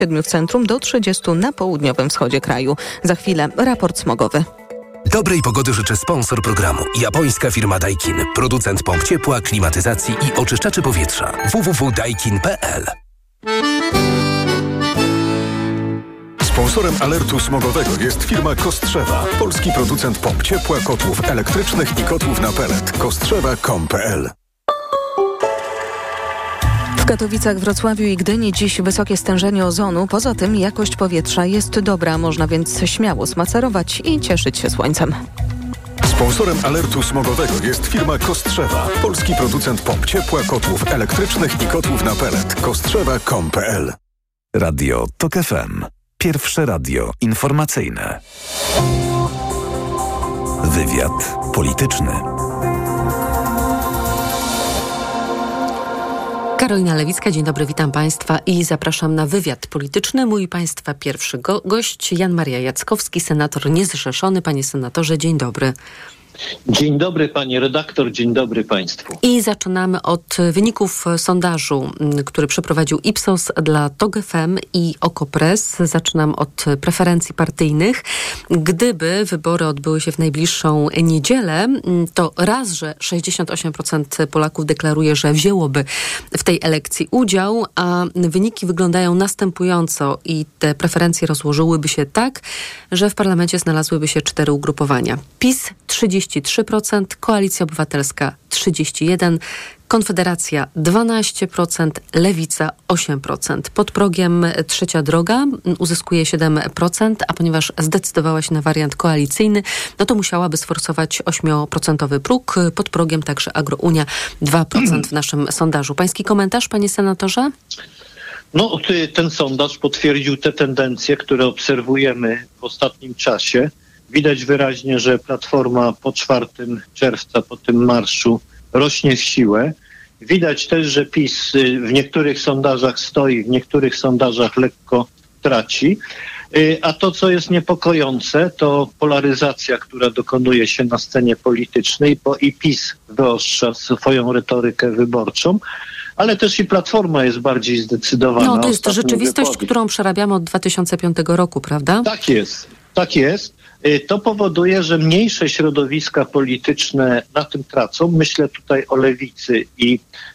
7 w centrum do 30 na południowym wschodzie kraju. Za chwilę raport smogowy. Dobrej pogody życzy sponsor programu. Japońska firma Daikin. Producent pomp ciepła, klimatyzacji i oczyszczaczy powietrza. www.daikin.pl. Sponsorem alertu smogowego jest firma Kostrzewa. Polski producent pomp ciepła, kotłów elektrycznych i kotłów na pelet. kostrzewa.com.pl. W Katowicach, Wrocławiu i Gdyni dziś wysokie stężenie ozonu. Poza tym jakość powietrza jest dobra, można więc śmiało spacerować i cieszyć się słońcem. Sponsorem alertu smogowego jest firma Kostrzewa. Polski producent pomp ciepła, kotłów elektrycznych i kotłów na pelet. kostrzewa.com.pl. Radio TOK FM. Pierwsze radio informacyjne. Wywiad polityczny. Karolina Lewicka, dzień dobry, witam Państwa i zapraszam na wywiad polityczny. Mój Państwa pierwszy gość, Jan Maria Jackowski, senator niezrzeszony. Panie senatorze, dzień dobry. Dzień dobry pani redaktor, dzień dobry państwu. I zaczynamy od wyników sondażu, który przeprowadził Ipsos dla TOK FM i Okopres. Zaczynam od preferencji partyjnych. Gdyby wybory odbyły się w najbliższą niedzielę, to raz, że 68% Polaków deklaruje, że wzięłoby w tej elekcji udział, a wyniki wyglądają następująco i te preferencje rozłożyłyby się tak, że w parlamencie znalazłyby się 4 ugrupowania. PiS 33%, Koalicja Obywatelska 31%, Konfederacja 12%, Lewica 8%. Pod progiem Trzecia Droga uzyskuje 7%, a ponieważ zdecydowała się na wariant koalicyjny, no to musiałaby sforsować 8% próg. Pod progiem także Agrounia 2% w naszym sondażu. Pański komentarz, panie senatorze? No, ten sondaż potwierdził te tendencje, które obserwujemy w ostatnim czasie. Widać wyraźnie, że Platforma po 4 czerwca, po tym marszu, rośnie w siłę. Widać też, że PiS w niektórych sondażach stoi, w niektórych sondażach lekko traci. A to, co jest niepokojące, to polaryzacja, która dokonuje się na scenie politycznej, bo i PiS wyostrza swoją retorykę wyborczą, ale też i Platforma jest bardziej zdecydowana. No, to jest rzeczywistość, którą przerabiamy od 2005 roku, prawda? Tak jest, tak jest. To powoduje, że mniejsze środowiska polityczne na tym tracą. Myślę tutaj o Lewicy i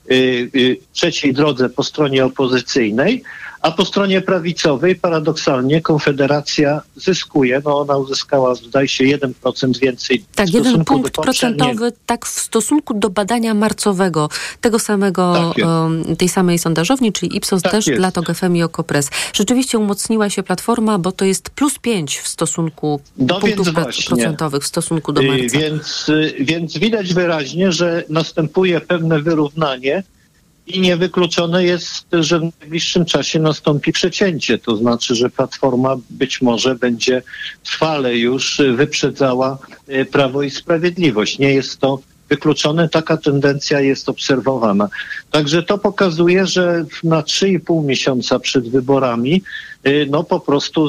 Trzeciej Drodze po stronie opozycyjnej, a po stronie prawicowej paradoksalnie Konfederacja zyskuje. No ona uzyskała, zdaje się, 1% więcej. Tak, 1 punkt procentowy, tak w stosunku do badania marcowego tego samego, tej samej sondażowni, czyli Ipsos tak też jest. Dla TOK FM i Okopres. Rzeczywiście umocniła się Platforma, bo to jest +5 w stosunku punktów procentowych w stosunku do marca. Więc widać wyraźnie, że następuje pewne wyrównanie i niewykluczone jest, że w najbliższym czasie nastąpi przecięcie. To znaczy, że Platforma być może będzie trwale już wyprzedzała Prawo i Sprawiedliwość. Nie jest to wykluczone, taka tendencja jest obserwowana. Także to pokazuje, że na 3,5 miesiąca przed wyborami no po prostu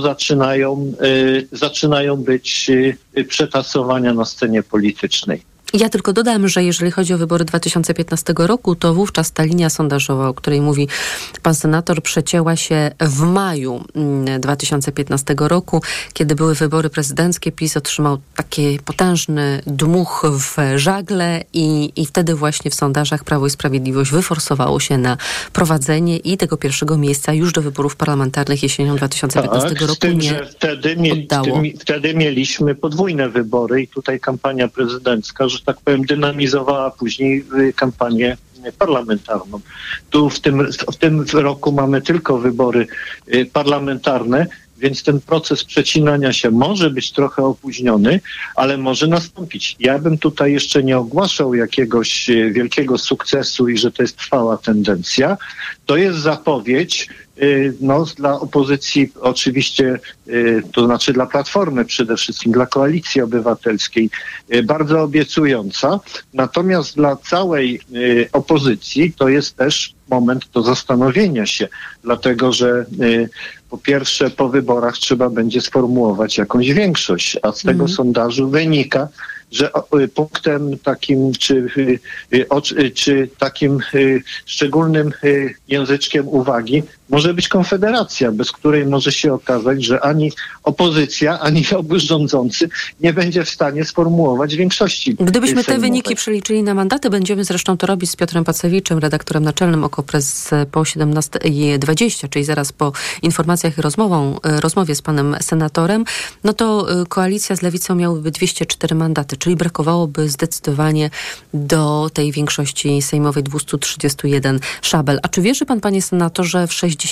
zaczynają być przetasowania na scenie politycznej. Ja tylko dodam, że jeżeli chodzi o wybory 2015 roku, to wówczas ta linia sondażowa, o której mówi pan senator, przecięła się w maju 2015 roku, kiedy były wybory prezydenckie. PiS otrzymał taki potężny dmuch w żagle i wtedy właśnie w sondażach Prawo i Sprawiedliwość wyforsowało się na prowadzenie i tego pierwszego miejsca już do wyborów parlamentarnych jesienią 2015 roku z tym, nie że oddało. Wtedy mieliśmy podwójne wybory i tutaj kampania prezydencka, że tak powiem, dynamizowała później kampanię parlamentarną. Tu w tym roku mamy tylko wybory parlamentarne, więc ten proces przecinania się może być trochę opóźniony, ale może nastąpić. Ja bym tutaj jeszcze nie ogłaszał jakiegoś wielkiego sukcesu i że to jest trwała tendencja. To jest zapowiedź dla opozycji oczywiście, to znaczy dla Platformy przede wszystkim, dla Koalicji Obywatelskiej, bardzo obiecująca. Natomiast dla całej opozycji to jest też moment do zastanowienia się, dlatego że po pierwsze po wyborach trzeba będzie sformułować jakąś większość, a z tego sondażu wynika, że punktem takim, czy takim szczególnym języczkiem uwagi może być Konfederacja, bez której może się okazać, że ani opozycja, ani obóz rządzący nie będzie w stanie sformułować większości Gdybyśmy te sejmowej. wyniki przeliczyli na mandaty, będziemy zresztą to robić z Piotrem Pacewiczem, redaktorem naczelnym OKO.press po 17:20, czyli zaraz po informacjach i rozmowie z panem senatorem, no to koalicja z Lewicą miałaby 204 mandaty, czyli brakowałoby zdecydowanie do tej większości sejmowej 231 szabel. A czy wierzy pan, panie senatorze, w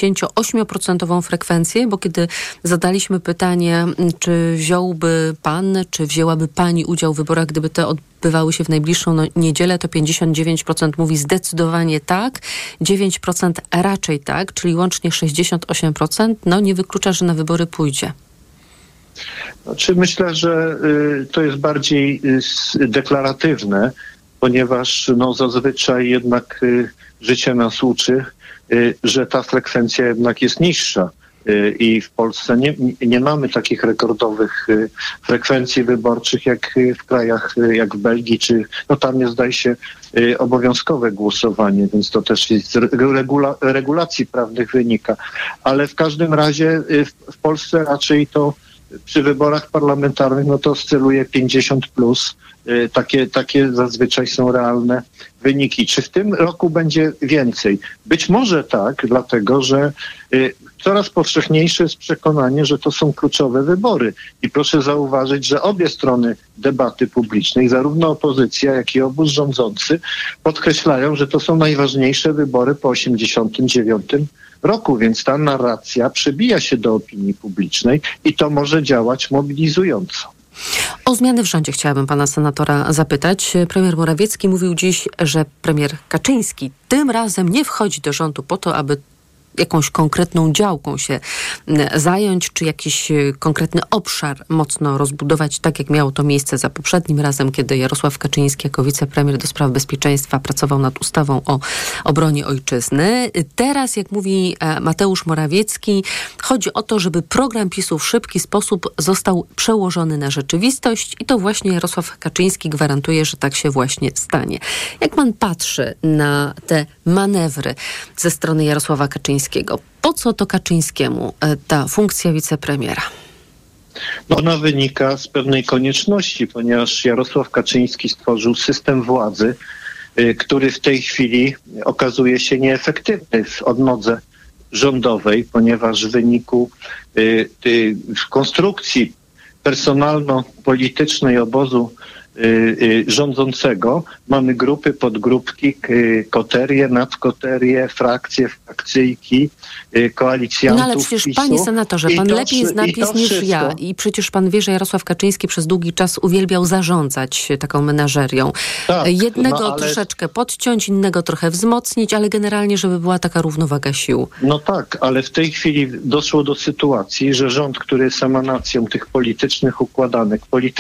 68% frekwencję? Bo kiedy zadaliśmy pytanie, czy wziąłby pan, czy wzięłaby pani udział w wyborach, gdyby te odbywały się w najbliższą niedzielę, to 59% mówi zdecydowanie tak, 9% raczej tak, czyli łącznie 68%, no nie wyklucza, że na wybory pójdzie. Znaczy myślę, że to jest bardziej deklaratywne, ponieważ zazwyczaj jednak życie nas uczy, że ta frekwencja jednak jest niższa. I w Polsce nie mamy takich rekordowych frekwencji wyborczych jak w krajach, jak w Belgii, czy tam jest, zdaje się, obowiązkowe głosowanie, więc to też z regulacji prawnych wynika. Ale w każdym razie w Polsce raczej to przy wyborach parlamentarnych to oscyluje 50+. Takie zazwyczaj są realne wyniki. Czy w tym roku będzie więcej? Być może tak, dlatego że coraz powszechniejsze jest przekonanie, że to są kluczowe wybory. I proszę zauważyć, że obie strony debaty publicznej, zarówno opozycja, jak i obóz rządzący, podkreślają, że to są najważniejsze wybory po 1989 roku, więc ta narracja przebija się do opinii publicznej i to może działać mobilizująco. O zmiany w rządzie chciałabym pana senatora zapytać. Premier Morawiecki mówił dziś, że premier Kaczyński tym razem nie wchodzi do rządu po to, aby jakąś konkretną działką się zająć, czy jakiś konkretny obszar mocno rozbudować, tak jak miało to miejsce za poprzednim razem, kiedy Jarosław Kaczyński jako wicepremier do spraw bezpieczeństwa pracował nad ustawą o obronie ojczyzny. Teraz, jak mówi Mateusz Morawiecki, chodzi o to, żeby program PiS-u w szybki sposób został przełożony na rzeczywistość i to właśnie Jarosław Kaczyński gwarantuje, że tak się właśnie stanie. Jak pan patrzy na te manewry ze strony Jarosława Kaczyńskiego? Po co to Kaczyńskiemu ta funkcja wicepremiera? Ona wynika z pewnej konieczności, ponieważ Jarosław Kaczyński stworzył system władzy, który w tej chwili okazuje się nieefektywny w odnodze rządowej, ponieważ w wyniku konstrukcji personalno-politycznej obozu rządzącego mamy grupy, podgrupki, koterie, nadkoterie, frakcje, frakcyjki, koalicjantów. No ale przecież, PiS-u. panie senatorze, pan lepiej zna PiS niż ja i przecież pan wie, że Jarosław Kaczyński przez długi czas uwielbiał zarządzać taką menażerią. Tak, jednego troszeczkę podciąć, innego trochę wzmocnić, ale generalnie, żeby była taka równowaga sił. No tak, ale w tej chwili doszło do sytuacji, że rząd, który jest emanacją tych politycznych układanek,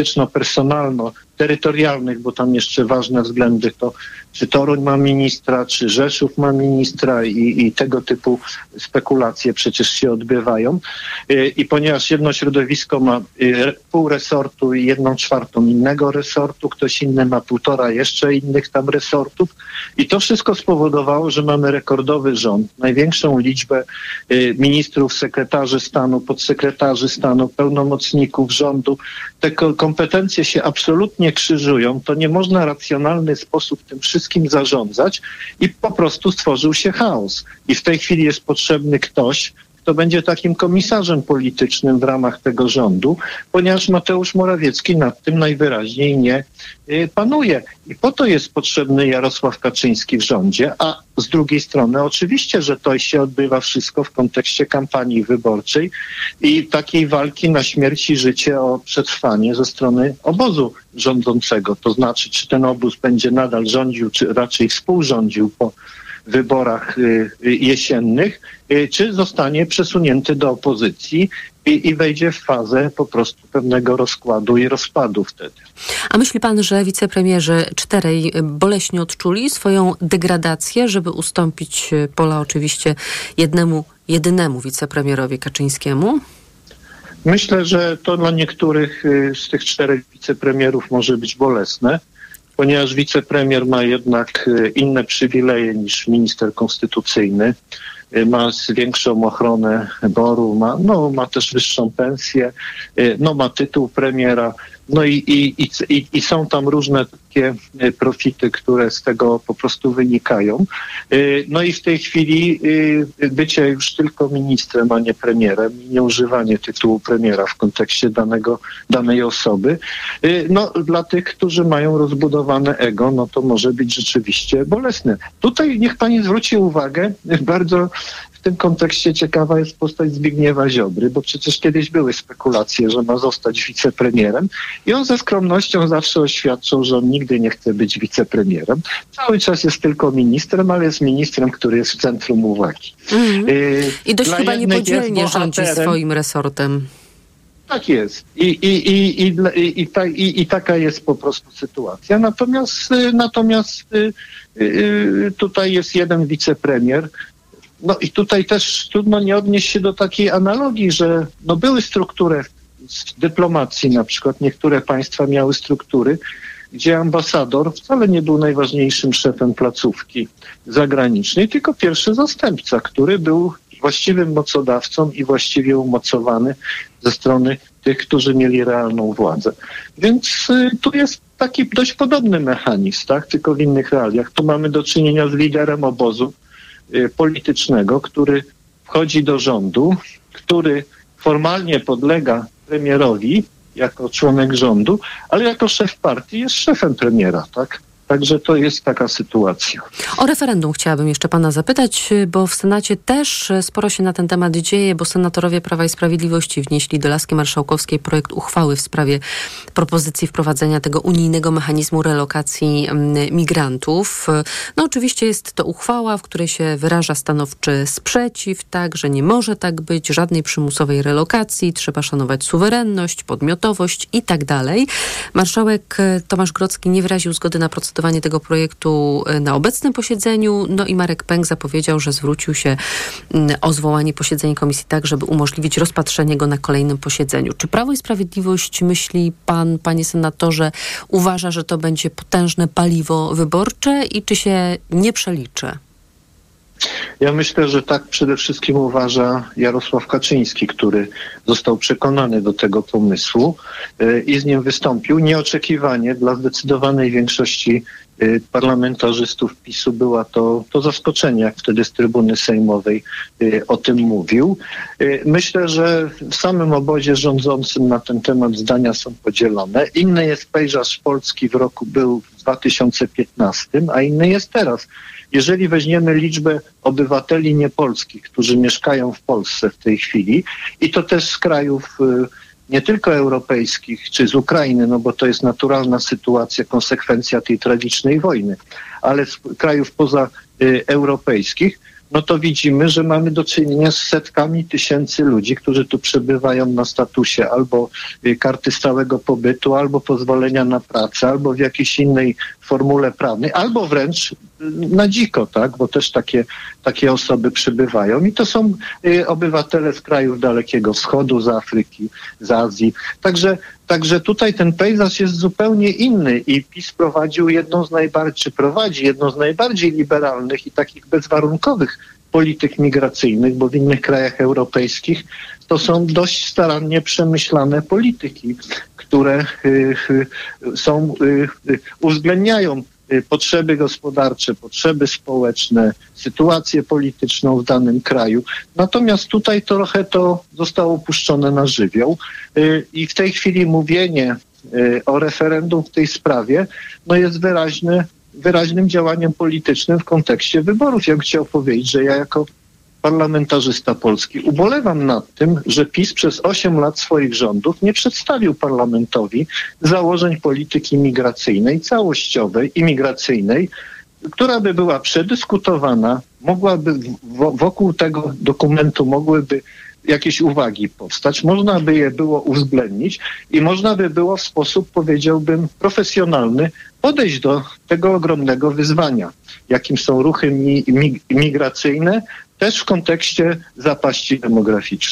polityczno-personalno-terytorialnych, bo tam jeszcze ważne względy to, czy Toruń ma ministra, czy Rzeszów ma ministra i tego typu spekulacje przecież się odbywają. I ponieważ jedno środowisko ma pół resortu i 1/4 innego resortu, ktoś inny ma 1,5 jeszcze innych tam resortów i to wszystko spowodowało, że mamy rekordowy rząd, największą liczbę ministrów, sekretarzy stanu, podsekretarzy stanu, pełnomocników rządu. Te kompetencje się absolutnie krzyżują. To nie można w racjonalny sposób tym wszystkim zarządzać i po prostu stworzył się chaos. I w tej chwili jest potrzebny ktoś, kto będzie takim komisarzem politycznym w ramach tego rządu, ponieważ Mateusz Morawiecki nad tym najwyraźniej nie panuje. I po to jest potrzebny Jarosław Kaczyński w rządzie, a z drugiej strony oczywiście, że to się odbywa wszystko w kontekście kampanii wyborczej i takiej walki na śmierć i życie o przetrwanie ze strony obozu rządzącego. To znaczy, czy ten obóz będzie nadal rządził, czy raczej współrządził po wyborach jesiennych, czy zostanie przesunięty do opozycji i wejdzie w fazę po prostu pewnego rozkładu i rozpadu wtedy. A myśli pan, że wicepremierzy 4 boleśnie odczuli swoją degradację, żeby ustąpić pola oczywiście jedynemu wicepremierowi Kaczyńskiemu? Myślę, że to dla niektórych z tych 4 wicepremierów może być bolesne, ponieważ wicepremier ma jednak inne przywileje niż minister konstytucyjny. ma większą ochronę boru, ma też wyższą pensję, ma tytuł premiera. No i są tam różne takie profity, które z tego po prostu wynikają. No i w tej chwili bycie już tylko ministrem, a nie premierem i nieużywanie tytułu premiera w kontekście danej osoby, dla tych, którzy mają rozbudowane ego, no to może być rzeczywiście bolesne. Tutaj niech pani zwróci uwagę, bardzo w tym kontekście ciekawa jest postać Zbigniewa Ziobry, bo przecież kiedyś były spekulacje, że ma zostać wicepremierem i on ze skromnością zawsze oświadczył, że on nigdy nie chce być wicepremierem. Cały czas jest tylko ministrem, ale jest ministrem, który jest w centrum uwagi. I dość chyba niepodzielnie rządzi swoim resortem. Tak jest. I taka jest po prostu sytuacja. Natomiast tutaj jest jeden wicepremier. No i tutaj też trudno nie odnieść się do takiej analogii, że były struktury w dyplomacji, na przykład niektóre państwa miały struktury, gdzie ambasador wcale nie był najważniejszym szefem placówki zagranicznej, tylko pierwszy zastępca, który był właściwym mocodawcą i właściwie umocowany ze strony tych, którzy mieli realną władzę. Więc tu jest taki dość podobny mechanizm, tak? Tylko w innych realiach. Tu mamy do czynienia z liderem obozu politycznego, który wchodzi do rządu, który formalnie podlega premierowi jako członek rządu, ale jako szef partii jest szefem premiera, tak? Także to jest taka sytuacja. O referendum chciałabym jeszcze pana zapytać, bo w Senacie też sporo się na ten temat dzieje, bo senatorowie Prawa i Sprawiedliwości wnieśli do laski marszałkowskiej projekt uchwały w sprawie propozycji wprowadzenia tego unijnego mechanizmu relokacji migrantów. No oczywiście jest to uchwała, w której się wyraża stanowczy sprzeciw, tak, że nie może tak być, żadnej przymusowej relokacji, trzeba szanować suwerenność, podmiotowość i tak dalej. Marszałek Tomasz Grodzki nie wyraził zgody na procedowanie tego projektu na obecnym posiedzeniu. No i Marek Pęk zapowiedział, że zwrócił się o zwołanie posiedzenia komisji tak, żeby umożliwić rozpatrzenie go na kolejnym posiedzeniu. Czy Prawo i Sprawiedliwość, myśli pan, panie senatorze, uważa, że to będzie potężne paliwo wyborcze i czy się nie przeliczy? Ja myślę, że tak przede wszystkim uważa Jarosław Kaczyński, który został przekonany do tego pomysłu i z nim wystąpił. Nieoczekiwanie dla zdecydowanej większości parlamentarzystów PiS-u była to zaskoczenie, jak wtedy z trybuny sejmowej o tym mówił. Myślę, że w samym obozie rządzącym na ten temat zdania są podzielone. Inny jest pejzaż Polski był w 2015, a inny jest teraz. Jeżeli weźmiemy liczbę obywateli niepolskich, którzy mieszkają w Polsce w tej chwili, i to też z krajów nie tylko europejskich, czy z Ukrainy, no bo to jest naturalna sytuacja, konsekwencja tej tragicznej wojny, ale z krajów pozaeuropejskich, no to widzimy, że mamy do czynienia z setkami tysięcy ludzi, którzy tu przebywają na statusie albo karty stałego pobytu, albo pozwolenia na pracę, albo w jakiejś innej formule prawnej, albo wręcz na dziko, tak, bo też takie osoby przybywają i to są obywatele z krajów Dalekiego Wschodu, z Afryki, z Azji. Także tutaj ten pejzaż jest zupełnie inny i PiS prowadzi jedną z najbardziej liberalnych i takich bezwarunkowych polityk migracyjnych, bo w innych krajach europejskich to są dość starannie przemyślane polityki, które uwzględniają potrzeby gospodarcze, potrzeby społeczne, sytuację polityczną w danym kraju. Natomiast tutaj trochę to zostało puszczone na żywioł i w tej chwili mówienie o referendum w tej sprawie jest wyraźnym działaniem politycznym w kontekście wyborów. Ja bym chciał powiedzieć, że ja jako parlamentarzysta polski ubolewam nad tym, że PiS przez 8 lat swoich rządów nie przedstawił parlamentowi założeń polityki migracyjnej, całościowej, imigracyjnej, która by była przedyskutowana, wokół tego dokumentu mogłyby jakieś uwagi powstać, można by je było uwzględnić i można by było w sposób, powiedziałbym, profesjonalny podejść do tego ogromnego wyzwania, jakim są ruchy migracyjne, też w kontekście zapaści demograficznej.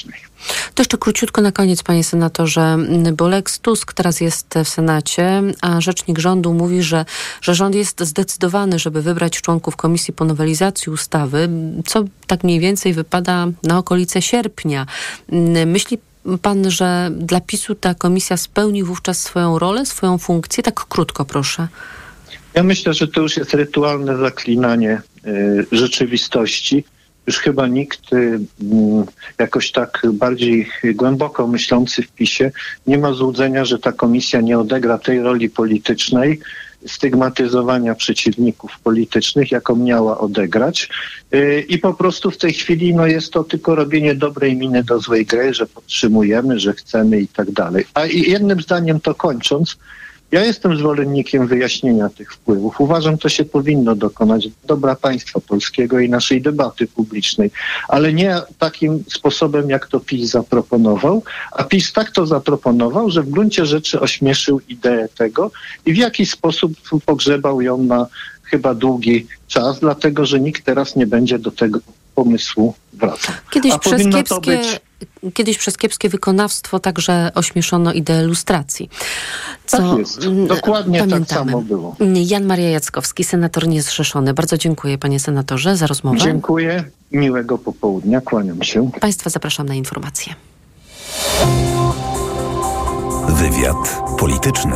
To jeszcze króciutko na koniec, panie senatorze, bo Lex Tusk teraz jest w Senacie, a rzecznik rządu mówi, że rząd jest zdecydowany, żeby wybrać członków komisji po nowelizacji ustawy, co tak mniej więcej wypada na okolice sierpnia. Myśli pan, że dla PiS-u ta komisja spełni wówczas swoją rolę, swoją funkcję? Tak krótko, proszę. Ja myślę, że to już jest rytualne zaklinanie rzeczywistości. Już chyba nikt jakoś tak bardziej głęboko myślący w PiS-ie nie ma złudzenia, że ta komisja nie odegra tej roli politycznej, stygmatyzowania przeciwników politycznych, jaką miała odegrać. I po prostu w tej chwili jest to tylko robienie dobrej miny do złej gry, że podtrzymujemy, że chcemy i tak dalej. A jednym zdaniem to kończąc, ja jestem zwolennikiem wyjaśnienia tych wpływów. Uważam, to się powinno dokonać dobra państwa polskiego i naszej debaty publicznej, ale nie takim sposobem, jak to PiS zaproponował. A PiS tak to zaproponował, że w gruncie rzeczy ośmieszył ideę tego i w jakiś sposób pogrzebał ją na chyba długi czas, dlatego że nikt teraz nie będzie do tego pomysłu wracał. Kiedyś przez kiepskie wykonawstwo także ośmieszono ideę lustracji. Tak jest. Dokładnie pamiętamy. Tak samo było. Jan Maria Jackowski, senator niezrzeszony. Bardzo dziękuję, panie senatorze, za rozmowę. Dziękuję. Miłego popołudnia. Kłaniam się. Państwa zapraszam na informacje. Wywiad polityczny.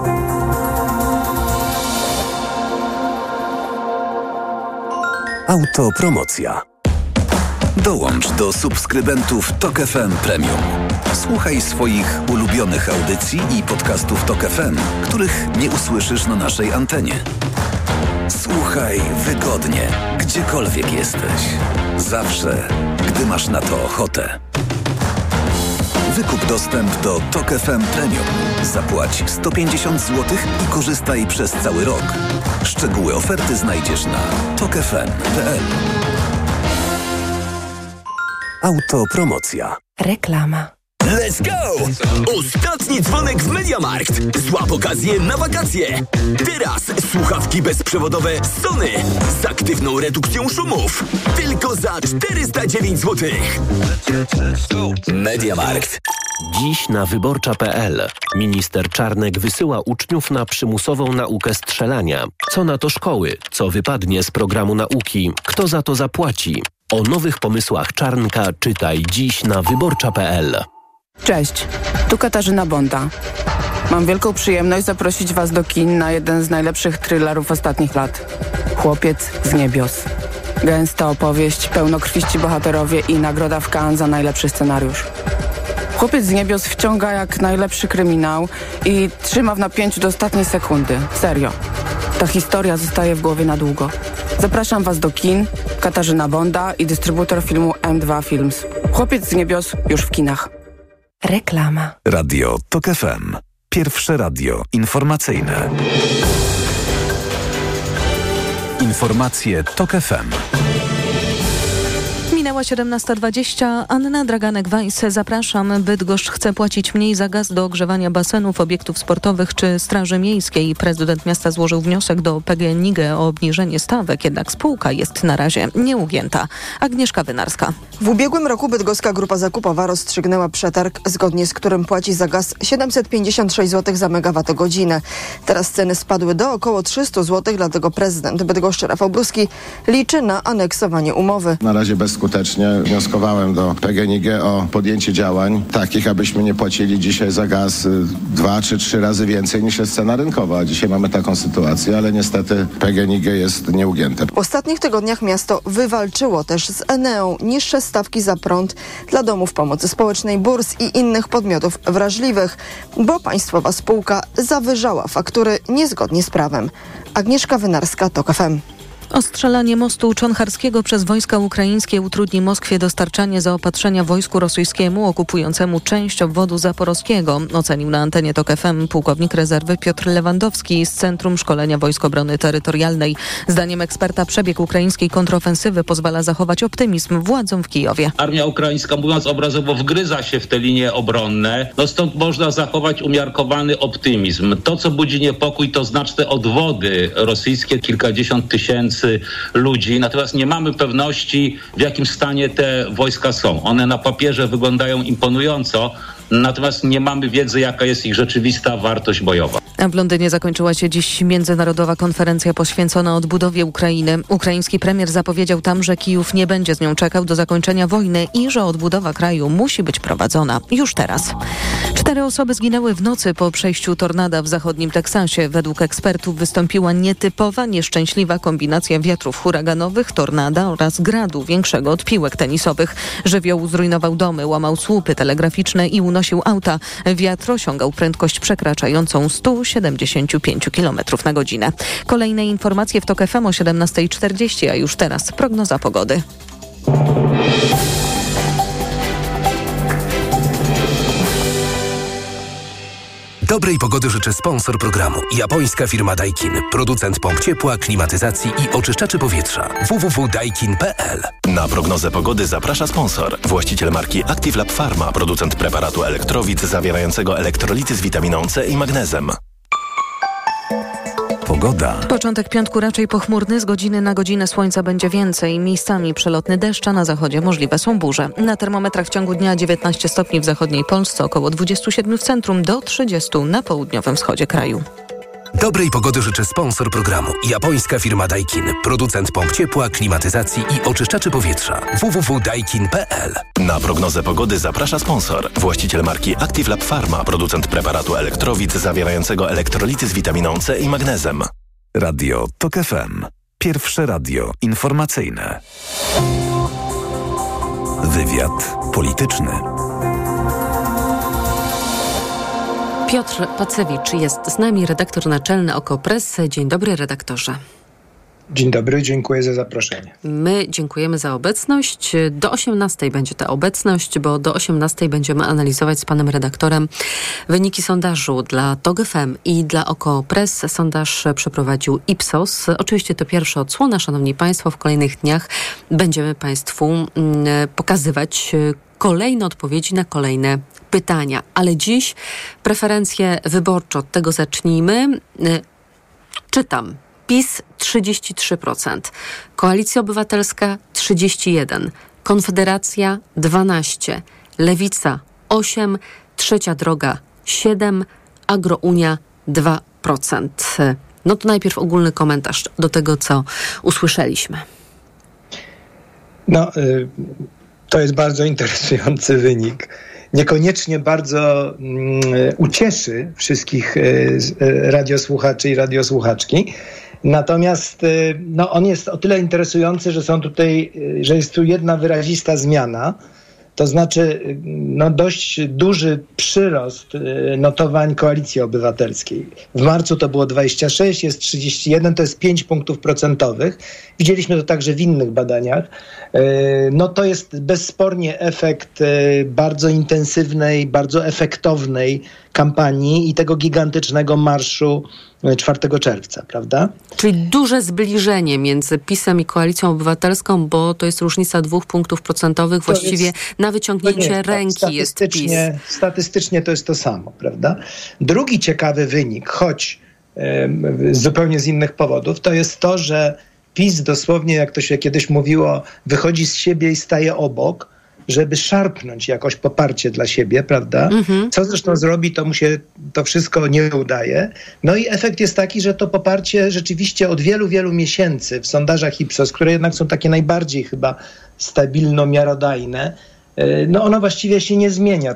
Autopromocja. Dołącz do subskrybentów TOK FM Premium. Słuchaj swoich ulubionych audycji i podcastów TOK FM, których nie usłyszysz na naszej antenie. Słuchaj wygodnie, gdziekolwiek jesteś. Zawsze, gdy masz na to ochotę. Wykup dostęp do TOK FM Premium. Zapłać 150 zł i korzystaj przez cały rok. Szczegóły oferty znajdziesz na tokfm.pl. Autopromocja. Reklama. Let's go! Ostatni dzwonek w MediaMarkt. Złap okazję na wakacje. Teraz słuchawki bezprzewodowe Sony z aktywną redukcją szumów. Tylko za 409 zł. MediaMarkt. Dziś na wyborcza.pl. Minister Czarnek wysyła uczniów na przymusową naukę strzelania. Co na to szkoły? Co wypadnie z programu nauki? Kto za to zapłaci? O nowych pomysłach Czarnka czytaj dziś na wyborcza.pl. Cześć, tu Katarzyna Bonda. Mam wielką przyjemność zaprosić Was do kin na jeden z najlepszych thrillerów ostatnich lat. Chłopiec z niebios. Gęsta opowieść, pełnokrwiści bohaterowie i nagroda w Cannes za najlepszy scenariusz. Chłopiec z niebios wciąga jak najlepszy kryminał i trzyma w napięciu do ostatniej sekundy. Serio. Ta historia zostaje w głowie na długo. Zapraszam Was do kin. Katarzyna Bonda i dystrybutor filmu M2 Films. Chłopiec z niebios już w kinach. Reklama. Radio TOK FM. Pierwsze radio informacyjne. Informacje TOK FM. Minęła 17:20. Anna Draganek-Weiss, zapraszam. Bydgoszcz chce płacić mniej za gaz do ogrzewania basenów, obiektów sportowych czy Straży Miejskiej. Prezydent miasta złożył wniosek do PGNiG o obniżenie stawek, jednak spółka jest na razie nieugięta. Agnieszka Wynarska. W ubiegłym roku bydgoska grupa zakupowa rozstrzygnęła przetarg, zgodnie z którym płaci za gaz 756 zł za megawattogodzinę. Teraz ceny spadły do około 300 zł, dlatego prezydent Bydgoszczy Rafał Bruski liczy na aneksowanie umowy. Na razie bezskutecznie wnioskowałem do PGNiG o podjęcie działań takich, abyśmy nie płacili dzisiaj za gaz 2 czy 3 razy więcej niż jest cena rynkowa. Dzisiaj mamy taką sytuację, ale niestety PGNiG jest nieugięte. W ostatnich tygodniach miasto wywalczyło też z Eneą niższe stawki za prąd dla domów pomocy społecznej, burs i innych podmiotów wrażliwych, bo państwowa spółka zawyżała faktury niezgodnie z prawem. Agnieszka Wynarska, TOK FM. Ostrzelanie mostu Czoncharskiego przez wojska ukraińskie utrudni Moskwie dostarczanie zaopatrzenia wojsku rosyjskiemu okupującemu część obwodu zaporowskiego, ocenił na antenie TOK FM pułkownik rezerwy Piotr Lewandowski z Centrum Szkolenia Wojsk Obrony Terytorialnej. Zdaniem eksperta przebieg ukraińskiej kontrofensywy pozwala zachować optymizm władzom w Kijowie. Armia ukraińska, mówiąc obrazowo, wgryza się w te linie obronne. Stąd można zachować umiarkowany optymizm. To, co budzi niepokój, to znaczne odwody rosyjskie, kilkadziesiąt tysięcy tysięcy ludzi, natomiast nie mamy pewności, w jakim stanie te wojska są. One na papierze wyglądają imponująco, natomiast nie mamy wiedzy, jaka jest ich rzeczywista wartość bojowa. A w Londynie zakończyła się dziś międzynarodowa konferencja poświęcona odbudowie Ukrainy. Ukraiński premier zapowiedział tam, że Kijów nie będzie z nią czekał do zakończenia wojny i że odbudowa kraju musi być prowadzona już teraz. 4 osoby zginęły w nocy po przejściu tornada w zachodnim Teksasie. Według ekspertów wystąpiła nietypowa, nieszczęśliwa kombinacja wiatrów huraganowych, tornada oraz gradu większego od piłek tenisowych. Żywioł zrujnował domy, łamał słupy telegraficzne i unosił auta. Wiatr osiągał prędkość przekraczającą 175 km na godzinę. Kolejne informacje w TOK FM o 17:40, a już teraz prognoza pogody. Dobrej pogody życzy sponsor programu. Japońska firma Daikin. Producent pomp ciepła, klimatyzacji i oczyszczaczy powietrza. www.daikin.pl. Na prognozę pogody zaprasza sponsor. Właściciel marki Active Lab Pharma. Producent preparatu Elektrowid zawierającego elektrolity z witaminą C i magnezem. Pogoda. Początek piątku raczej pochmurny, z godziny na godzinę słońca będzie więcej. Miejscami przelotny deszcz, a na zachodzie możliwe są burze. Na termometrach w ciągu dnia 19 stopni w zachodniej Polsce, około 27 w centrum, do 30 na południowym wschodzie kraju. Dobrej pogody życzy sponsor programu. Japońska firma Daikin. Producent pomp ciepła, klimatyzacji i oczyszczaczy powietrza. www.daikin.pl. Na prognozę pogody zaprasza sponsor. Właściciel marki Active Lab Pharma. Producent preparatu Elektrowid zawierającego elektrolity z witaminą C i magnezem. Radio TOK FM. Pierwsze radio informacyjne. Wywiad polityczny. Piotr Pacewicz jest z nami, redaktor naczelny OKO.press. Dzień dobry, redaktorze. Dzień dobry, dziękuję za zaproszenie. My dziękujemy za obecność. Do 18:00 będzie ta obecność, bo do 18:00 będziemy analizować z panem redaktorem wyniki sondażu dla TOK FM i dla OKO.press. Sondaż przeprowadził Ipsos. Oczywiście to pierwsza odsłona, szanowni państwo. W kolejnych dniach będziemy państwu pokazywać kolejne odpowiedzi na kolejne pytania. Ale dziś preferencje wyborcze, od tego zacznijmy. Czytam. PiS 33%, Koalicja Obywatelska 31%, Konfederacja 12%, Lewica 8%, Trzecia Droga 7%, Agrounia 2%. No to najpierw ogólny komentarz do tego, co usłyszeliśmy. To jest bardzo interesujący wynik. Niekoniecznie bardzo ucieszy wszystkich radiosłuchaczy i radiosłuchaczki. Natomiast on jest o tyle interesujący, że jest tu jedna wyrazista zmiana. To znaczy dość duży przyrost notowań Koalicji Obywatelskiej. W marcu to było 26, jest 31, to jest 5 punktów procentowych. Widzieliśmy to także w innych badaniach. To jest bezspornie efekt bardzo intensywnej, bardzo efektownej kampanii i tego gigantycznego marszu 4 czerwca, prawda? Czyli duże zbliżenie między PiS-em i Koalicją Obywatelską, bo to jest różnica 2 punktów procentowych, właściwie na wyciągnięcie ręki jest PiS. Statystycznie to jest to samo, prawda? Drugi ciekawy wynik, choć zupełnie z innych powodów, to jest to, że PiS dosłownie, jak to się kiedyś mówiło, wychodzi z siebie i staje obok, żeby szarpnąć jakoś poparcie dla siebie, prawda? Co zresztą zrobi, to mu się to wszystko nie udaje. No i efekt jest taki, że to poparcie rzeczywiście od wielu, wielu miesięcy w sondażach Ipsos, które jednak są takie najbardziej chyba stabilno-miarodajne, ono właściwie się nie zmienia.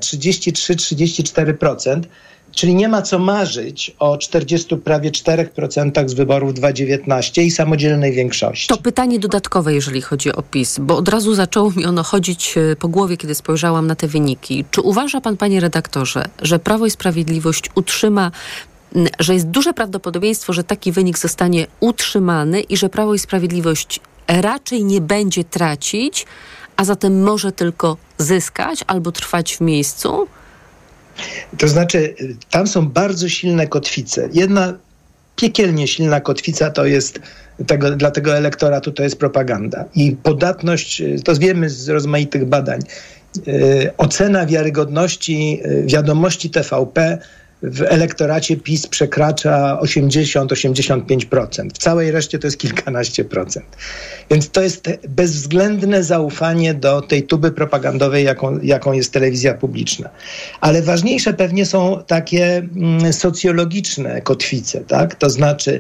33-34%. Czyli nie ma co marzyć o 40 prawie 4% z wyborów 2019 i samodzielnej większości. To pytanie dodatkowe, jeżeli chodzi o PiS, bo od razu zaczęło mi ono chodzić po głowie, kiedy spojrzałam na te wyniki. Czy uważa pan, panie redaktorze, że Prawo i Sprawiedliwość utrzyma, że jest duże prawdopodobieństwo, że taki wynik zostanie utrzymany i że Prawo i Sprawiedliwość raczej nie będzie tracić, a zatem może tylko zyskać albo trwać w miejscu? To znaczy, tam są bardzo silne kotwice. Jedna piekielnie silna kotwica to jest dla tego elektoratu to jest propaganda. I podatność, to wiemy z rozmaitych badań, ocena wiarygodności wiadomości TVP w elektoracie PiS przekracza 80-85%. W całej reszcie to jest kilkanaście procent. Więc to jest bezwzględne zaufanie do tej tuby propagandowej, jaką jest telewizja publiczna. Ale ważniejsze pewnie są takie socjologiczne kotwice, tak? To znaczy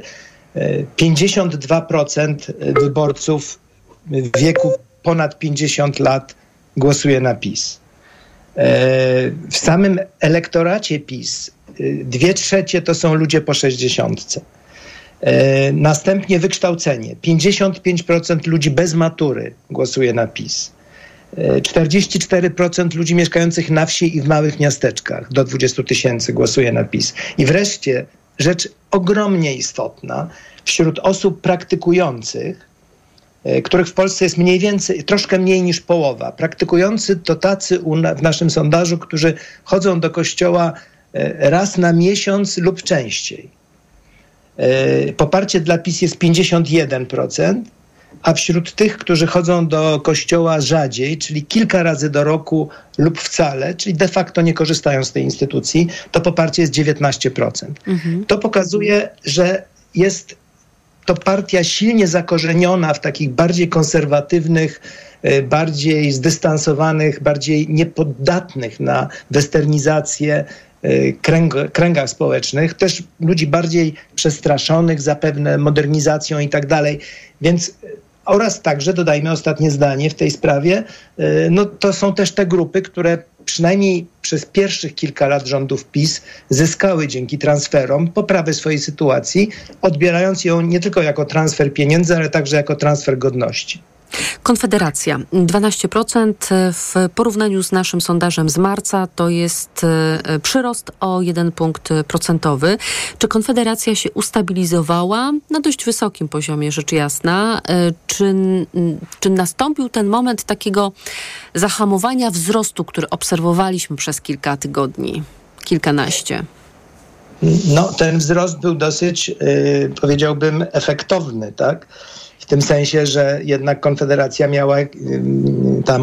52% wyborców w wieku ponad 50 lat głosuje na PiS. W samym elektoracie PiS 2/3 to są ludzie po 60. Następnie wykształcenie. 55% ludzi bez matury głosuje na PiS. 44% ludzi mieszkających na wsi i w małych miasteczkach do 20 000 głosuje na PiS. I wreszcie rzecz ogromnie istotna, wśród osób praktykujących, których w Polsce jest mniej więcej, troszkę mniej niż połowa. Praktykujący to tacy w naszym sondażu, którzy chodzą do kościoła raz na miesiąc lub częściej. Poparcie dla PiS jest 51%, a wśród tych, którzy chodzą do kościoła rzadziej, czyli kilka razy do roku lub wcale, czyli de facto nie korzystają z tej instytucji, to poparcie jest 19%. To pokazuje, że jest to partia silnie zakorzeniona w takich bardziej konserwatywnych, bardziej zdystansowanych, bardziej niepoddatnych na westernizację kręgach społecznych, też ludzi bardziej przestraszonych zapewne modernizacją i tak dalej. Więc oraz także, dodajmy ostatnie zdanie w tej sprawie, no to są też te grupy, które przynajmniej przez pierwszych kilka lat rządów PiS zyskały dzięki transferom poprawę swojej sytuacji, odbierając ją nie tylko jako transfer pieniędzy, ale także jako transfer godności. Konfederacja 12%, w porównaniu z naszym sondażem z marca to jest przyrost o 1 punkt procentowy. Czy Konfederacja się ustabilizowała na dość wysokim poziomie, rzecz jasna? Czy nastąpił ten moment takiego zahamowania wzrostu, który obserwowaliśmy przez kilka tygodni, kilkanaście? No, ten wzrost był dosyć, powiedziałbym, efektowny, tak? W tym sensie, że jednak Konfederacja miała tam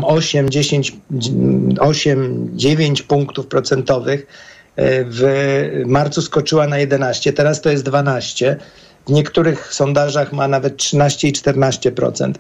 8-9 punktów procentowych. W marcu skoczyła na 11, teraz to jest 12. W niektórych sondażach ma nawet 13 i 14%.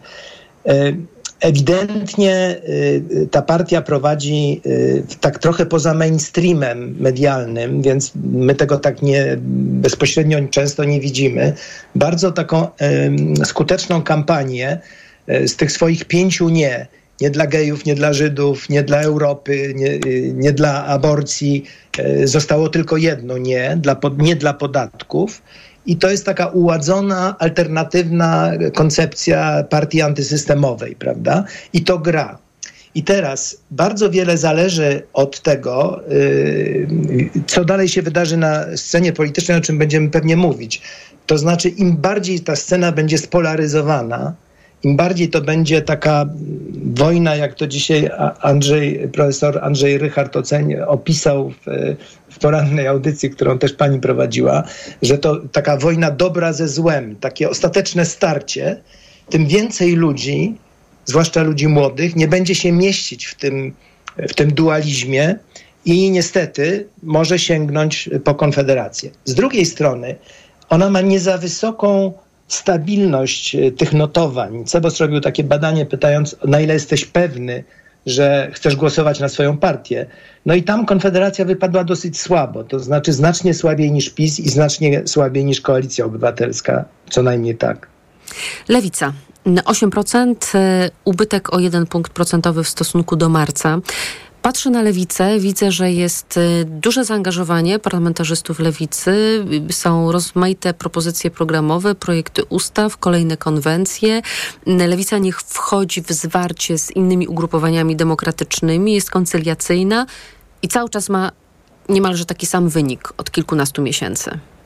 Ewidentnie ta partia prowadzi tak trochę poza mainstreamem medialnym, więc my tego tak nie bezpośrednio często nie widzimy. Bardzo taką skuteczną kampanię z tych swoich 5 nie. Nie dla gejów, nie dla Żydów, nie dla Europy, nie dla aborcji. Zostało tylko jedno nie dla podatków. I to jest taka uładzona, alternatywna koncepcja partii antysystemowej, prawda? I to gra. I teraz bardzo wiele zależy od tego, co dalej się wydarzy na scenie politycznej, o czym będziemy pewnie mówić. To znaczy, im bardziej ta scena będzie spolaryzowana, im bardziej to będzie taka wojna, jak to dzisiaj profesor Andrzej Rychard opisał w porannej audycji, którą też pani prowadziła, że to taka wojna dobra ze złem, takie ostateczne starcie, tym więcej ludzi, zwłaszcza ludzi młodych, nie będzie się mieścić w tym dualizmie i niestety może sięgnąć po Konfederację. Z drugiej strony ona ma nie za wysoką stabilność tych notowań. Cebos robił takie badanie, pytając, na ile jesteś pewny, że chcesz głosować na swoją partię. No i tam Konfederacja wypadła dosyć słabo, to znaczy znacznie słabiej niż PiS i znacznie słabiej niż Koalicja Obywatelska, co najmniej tak. Lewica 8%, ubytek o 1 punkt procentowy w stosunku do marca. Patrzę na Lewicę, widzę, że jest duże zaangażowanie parlamentarzystów Lewicy. Są rozmaite propozycje programowe, projekty ustaw, kolejne konwencje. Lewica niech wchodzi w zwarcie z innymi ugrupowaniami demokratycznymi, jest koncyliacyjna i cały czas ma niemalże taki sam wynik od kilkunastu miesięcy.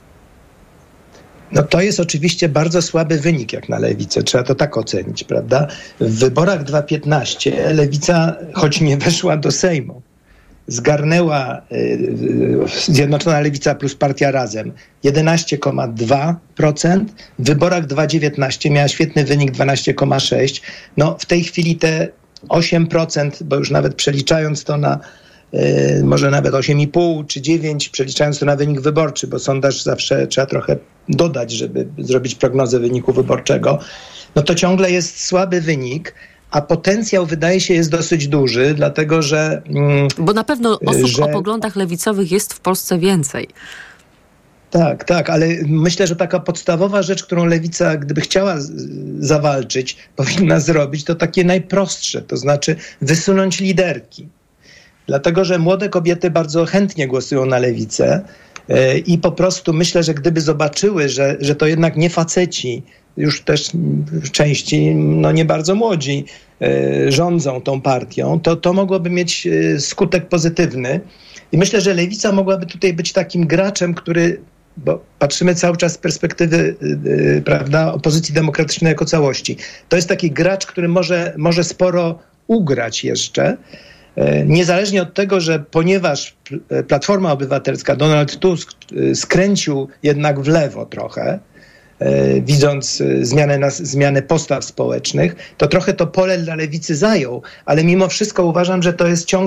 No to jest oczywiście bardzo słaby wynik jak na Lewicę, trzeba to tak ocenić, prawda? W wyborach 2015 Lewica, choć nie weszła do Sejmu, zgarnęła Zjednoczona Lewica plus Partia Razem 11,2%. W wyborach 2019 miała świetny wynik 12,6%. No w tej chwili te 8%, bo już nawet przeliczając to może nawet 8,5 czy 9, przeliczając to na wynik wyborczy, bo sondaż zawsze trzeba trochę dodać, żeby zrobić prognozę wyniku wyborczego, no to ciągle jest słaby wynik, a potencjał wydaje się jest dosyć duży, dlatego że... Bo na pewno osób o poglądach lewicowych jest w Polsce więcej. Tak, ale myślę, że taka podstawowa rzecz, którą lewica, gdyby chciała zawalczyć, powinna zrobić, to takie najprostsze, to znaczy wysunąć liderki. Dlatego, że młode kobiety bardzo chętnie głosują na lewicę i po prostu myślę, że gdyby zobaczyły, że to jednak nie faceci, już też w części nie bardzo młodzi, rządzą tą partią, to mogłoby mieć skutek pozytywny. I myślę, że lewica mogłaby tutaj być takim graczem, który, bo patrzymy cały czas z perspektywy, prawda, opozycji demokratycznej jako całości. To jest taki gracz, który może sporo ugrać jeszcze, niezależnie od tego, że ponieważ Platforma Obywatelska, Donald Tusk skręcił jednak w lewo trochę, widząc zmianę postaw społecznych, to trochę to pole dla lewicy zajął, ale mimo wszystko uważam, że to jest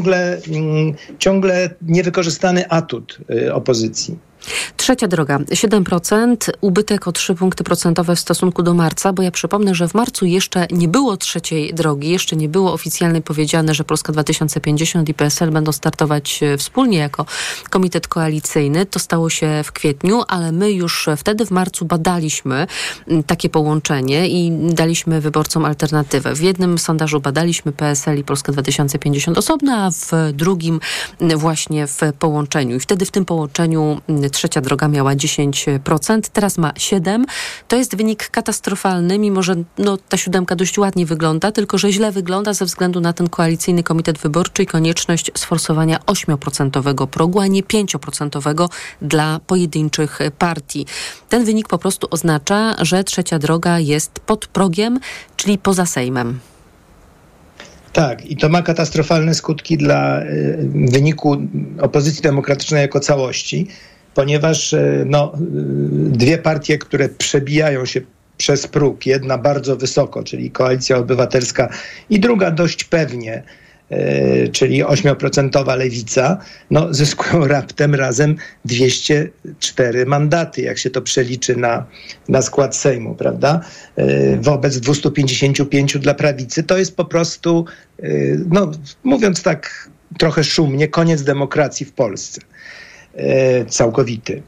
ciągle niewykorzystany atut opozycji. Trzecia droga, 7%, ubytek o 3 punkty procentowe w stosunku do marca, bo ja przypomnę, że w marcu jeszcze nie było trzeciej drogi, jeszcze nie było oficjalnie powiedziane, że Polska 2050 i PSL będą startować wspólnie jako komitet koalicyjny. To stało się w kwietniu, ale my już wtedy w marcu badaliśmy takie połączenie i daliśmy wyborcom alternatywę. W jednym sondażu badaliśmy PSL i Polska 2050 osobno, a w drugim właśnie w połączeniu. I wtedy w tym połączeniu trzecia droga miała 10%, teraz ma 7%. To jest wynik katastrofalny, mimo że ta 7 dość ładnie wygląda, tylko że źle wygląda ze względu na ten koalicyjny komitet wyborczy i konieczność sforsowania 8% progu, a nie 5% dla pojedynczych partii. Ten wynik po prostu oznacza, że trzecia droga jest pod progiem, czyli poza Sejmem. Tak, i to ma katastrofalne skutki dla wyniku opozycji demokratycznej jako całości, ponieważ dwie partie, które przebijają się przez próg, jedna bardzo wysoko, czyli Koalicja Obywatelska, i druga dość pewnie, czyli 8% Lewica, zyskują raptem razem 204 mandaty, jak się to przeliczy na skład Sejmu, prawda? Wobec 255 dla prawicy. To jest po prostu, mówiąc tak trochę szumnie, koniec demokracji w Polsce. Całkowity.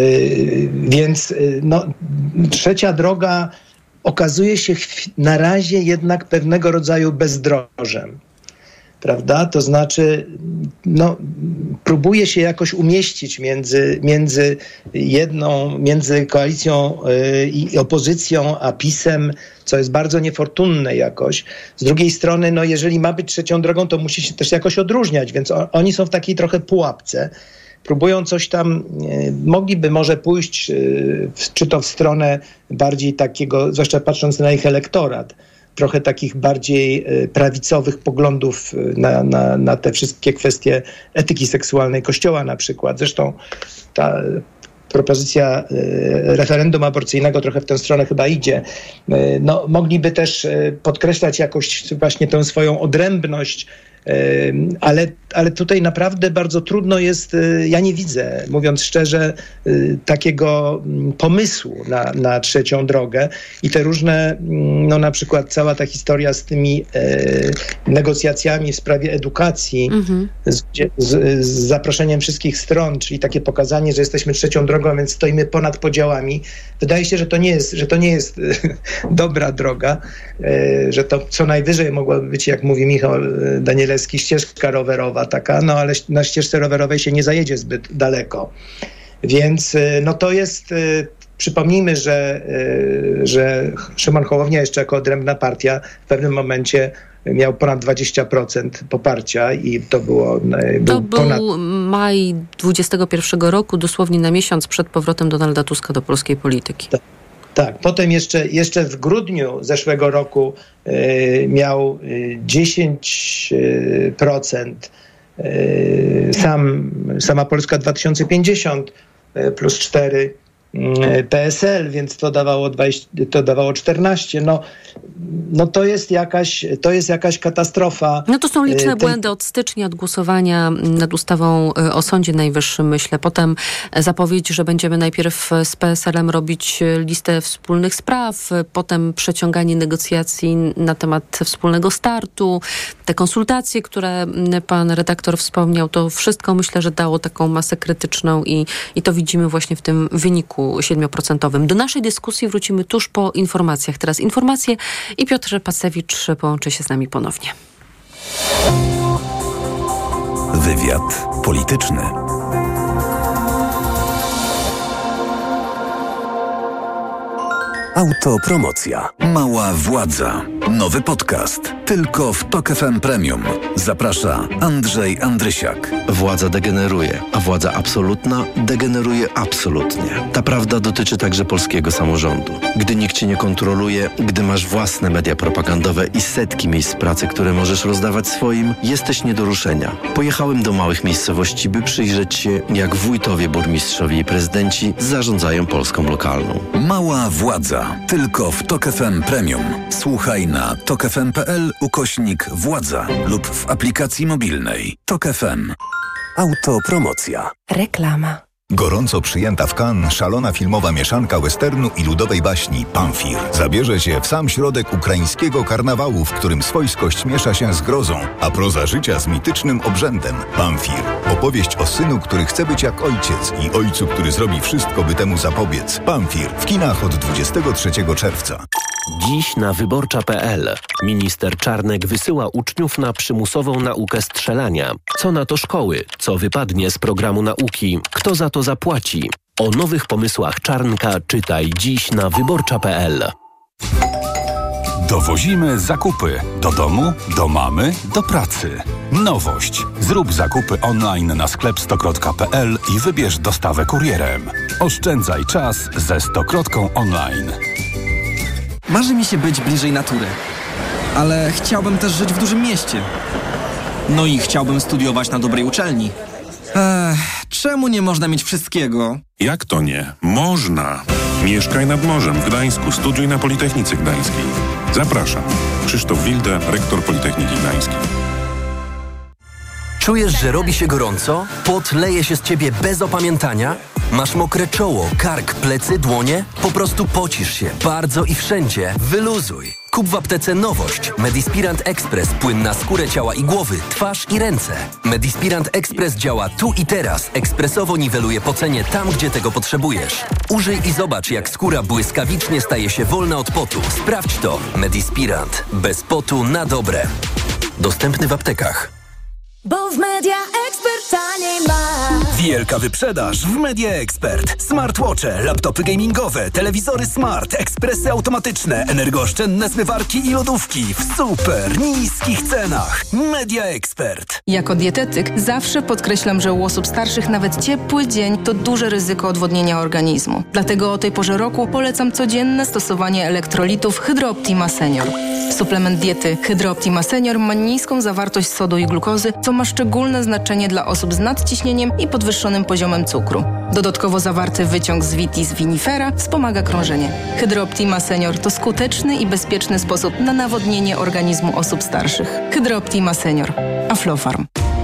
Więc trzecia droga okazuje się na razie jednak pewnego rodzaju bezdrożem. Prawda? To znaczy, próbuje się jakoś umieścić między koalicją i opozycją, a PiS-em, co jest bardzo niefortunne jakoś. Z drugiej strony, jeżeli ma być trzecią drogą, to musi się też jakoś odróżniać, więc oni są w takiej trochę pułapce. Próbują coś tam, mogliby może pójść, czy to w stronę bardziej takiego, zwłaszcza patrząc na ich elektorat, trochę takich bardziej prawicowych poglądów na te wszystkie kwestie etyki seksualnej Kościoła na przykład. Zresztą ta propozycja referendum aborcyjnego trochę w tę stronę chyba idzie. Mogliby też podkreślać jakoś właśnie tę swoją odrębność, ale tutaj naprawdę bardzo trudno jest, ja nie widzę, mówiąc szczerze, takiego pomysłu na trzecią drogę i te różne, na przykład cała ta historia z tymi negocjacjami w sprawie edukacji, z zaproszeniem wszystkich stron, czyli takie pokazanie, że jesteśmy trzecią drogą, więc stoimy ponad podziałami. Wydaje się, że to nie jest dobra droga, że to co najwyżej mogłaby być, jak mówi Michał Danielewski, ścieżka rowerowa taka, ale na ścieżce rowerowej się nie zajedzie zbyt daleko. Więc to jest, przypomnijmy, że Szymon Hołownia jeszcze jako odrębna partia w pewnym momencie miał ponad 20% poparcia i to było... To był maj 2021 roku, dosłownie na miesiąc przed powrotem Donalda Tuska do polskiej polityki. Tak, potem jeszcze w grudniu zeszłego roku miał 10%, sama Polska 2050 plus 4 PSL, więc to dawało 14. No to jest jakaś katastrofa. No to są liczne błędy od stycznia, od głosowania nad ustawą o Sądzie Najwyższym, myślę. Potem zapowiedź, że będziemy najpierw z PSL-em robić listę wspólnych spraw, potem przeciąganie negocjacji na temat wspólnego startu, te konsultacje, które pan redaktor wspomniał, to wszystko myślę, że dało taką masę krytyczną i to widzimy właśnie w tym wyniku 7%. Do naszej dyskusji wrócimy tuż po informacjach. Teraz informacje i Piotr Pacewicz połączy się z nami ponownie. Wywiad polityczny. Autopromocja. Mała władza. Nowy podcast. Tylko w TOK FM Premium. Zaprasza Andrzej Andrysiak. Władza degeneruje, a władza absolutna degeneruje absolutnie. Ta prawda dotyczy także polskiego samorządu. Gdy nikt cię nie kontroluje, gdy masz własne media propagandowe i setki miejsc pracy, które możesz rozdawać swoim, jesteś nie do ruszenia. Pojechałem do małych miejscowości, by przyjrzeć się, jak wójtowie, burmistrzowie i prezydenci zarządzają Polską lokalną. Mała władza. Tylko w TOK FM Premium. Słuchaj na tokfm.pl/władza lub w aplikacji mobilnej. TOK FM. Autopromocja. Reklama. Gorąco przyjęta w Cannes szalona filmowa mieszanka westernu i ludowej baśni Pamfir zabierze się w sam środek ukraińskiego karnawału, w którym swojskość miesza się z grozą, a proza życia z mitycznym obrzędem. Pamfir. Opowieść o synu, który chce być jak ojciec i ojcu, który zrobi wszystko, by temu zapobiec. Pamfir. W kinach od 23 czerwca. Dziś na wyborcza.pl. Minister Czarnek wysyła uczniów na przymusową naukę strzelania. Co na to szkoły? Co wypadnie z programu nauki? Kto za to zapłaci? O nowych pomysłach Czarnka czytaj dziś na wyborcza.pl. Dowozimy zakupy do domu, do mamy, do pracy. Nowość. Zrób zakupy online na sklep100krot.pl i wybierz dostawę kurierem. Oszczędzaj czas ze 100krotką online. Marzy mi się być bliżej natury, ale chciałbym też żyć w dużym mieście. No i chciałbym studiować na dobrej uczelni. Czemu nie można mieć wszystkiego? Jak to nie? Można! Mieszkaj nad morzem w Gdańsku, studiuj na Politechnice Gdańskiej. Zapraszam. Krzysztof Wilde, rektor Politechniki Gdańskiej. Czujesz, że robi się gorąco? Pot leje się z ciebie bez opamiętania? Masz mokre czoło, kark, plecy, dłonie? Po prostu pocisz się bardzo i wszędzie. Wyluzuj. Kup w aptece Nowość. Medispirant Express. Płyn na skórę ciała i głowy, twarz i ręce. Medispirant Express działa tu i teraz. Ekspresowo niweluje pocenie tam, gdzie tego potrzebujesz. Użyj i zobacz, jak skóra błyskawicznie staje się wolna od potu. Sprawdź to. Medispirant. Bez potu na dobre. Dostępny w aptekach. Bo w Media Expert taniej masz. Wielka wyprzedaż w Media Expert. Smartwatche, laptopy gamingowe, telewizory smart, ekspresy automatyczne, energooszczędne zmywarki i lodówki w super niskich cenach. Media Expert. Jako dietetyk zawsze podkreślam, że u osób starszych nawet ciepły dzień to duże ryzyko odwodnienia organizmu. Dlatego o tej porze roku polecam codzienne stosowanie elektrolitów Hydro Optima Senior. Suplement diety Hydro Optima Senior ma niską zawartość sodu i glukozy, co ma szczególne znaczenie dla osób z nadciśnieniem i podwyższonym poziomem cukru. Dodatkowo zawarty wyciąg z Vitis vinifera wspomaga krążenie. Hydro Optima Senior to skuteczny i bezpieczny sposób na nawodnienie organizmu osób starszych. Hydro Optima Senior. Aflofarm.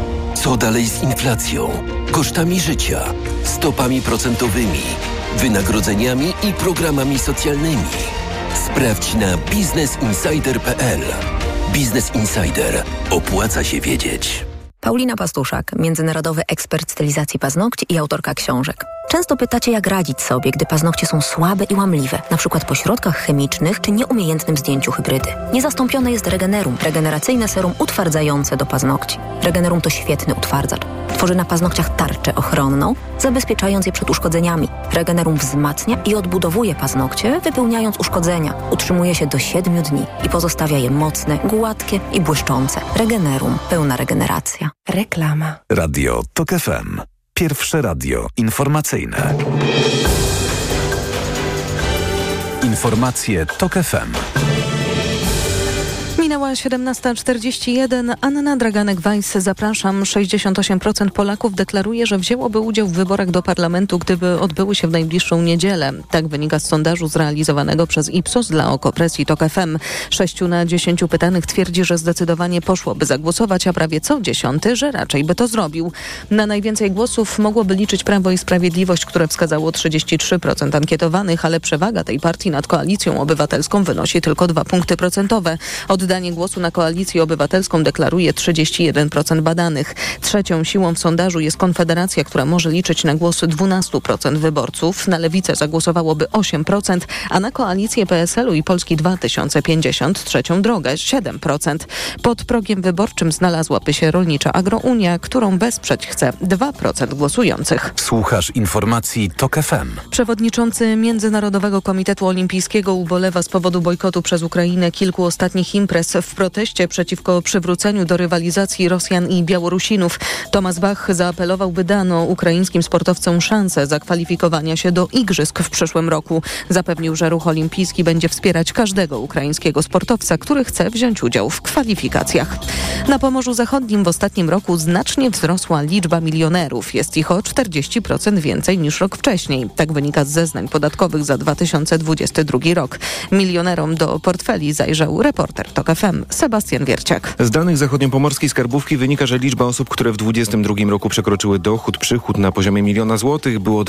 Co dalej z inflacją, kosztami życia, stopami procentowymi, wynagrodzeniami i programami socjalnymi? Sprawdź na biznesinsider.pl. Business Insider. Opłaca się wiedzieć. Paulina Pastuszak, międzynarodowy ekspert stylizacji paznokci i autorka książek. Często pytacie, jak radzić sobie, gdy paznokcie są słabe i łamliwe, na przykład po środkach chemicznych czy nieumiejętnym zdjęciu hybrydy. Niezastąpione jest Regenerum, regeneracyjne serum utwardzające do paznokci. Regenerum to świetny utwardzacz. Tworzy na paznokciach tarczę ochronną, zabezpieczając je przed uszkodzeniami. Regenerum wzmacnia i odbudowuje paznokcie, wypełniając uszkodzenia. Utrzymuje się do 7 dni i pozostawia je mocne, gładkie i błyszczące. Regenerum. Pełna regeneracja. Reklama. Radio TOK FM. Pierwsze radio informacyjne. Informacje TOK FM. Minęła 17:41. Anna Draganek-Weiss, zapraszam. 68% Polaków deklaruje, że wzięłoby udział w wyborach do parlamentu, gdyby odbyły się w najbliższą niedzielę. Tak wynika z sondażu zrealizowanego przez Ipsos dla OKO.press i TOK FM. 6 na 10 pytanych twierdzi, że zdecydowanie poszłoby zagłosować, a prawie co 10, że raczej by to zrobił. Na najwięcej głosów mogłoby liczyć Prawo i Sprawiedliwość, które wskazało 33% ankietowanych, ale przewaga tej partii nad Koalicją Obywatelską wynosi tylko 2 punkty procentowe. Oddanie głosu na Koalicję Obywatelską deklaruje 31% badanych. Trzecią siłą w sondażu jest Konfederacja, która może liczyć na głos 12% wyborców. Na Lewicę zagłosowałoby 8%, a na Koalicję PSL-u i Polski 2050 trzecią drogę 7%. Pod progiem wyborczym znalazłaby się Rolnicza Agrounia, którą wesprzeć chce 2% głosujących. Słuchasz informacji TOK FM. Przewodniczący Międzynarodowego Komitetu Olimpijskiego ubolewa z powodu bojkotu przez Ukrainę kilku ostatnich imprez w proteście przeciwko przywróceniu do rywalizacji Rosjan i Białorusinów. Thomas Bach zaapelował, by dano ukraińskim sportowcom szansę zakwalifikowania się do igrzysk w przyszłym roku. Zapewnił, że ruch olimpijski będzie wspierać każdego ukraińskiego sportowca, który chce wziąć udział w kwalifikacjach. Na Pomorzu Zachodnim w ostatnim roku znacznie wzrosła liczba milionerów. Jest ich o 40% więcej niż rok wcześniej. Tak wynika z zeznań podatkowych za 2022 rok. Milionerom do portfeli zajrzał reporter TOK FM Sebastian Wierciak. Z danych zachodniopomorskiej skarbówki wynika, że liczba osób, które w 2022 roku przekroczyły przychód na poziomie 1 000 000 złotych było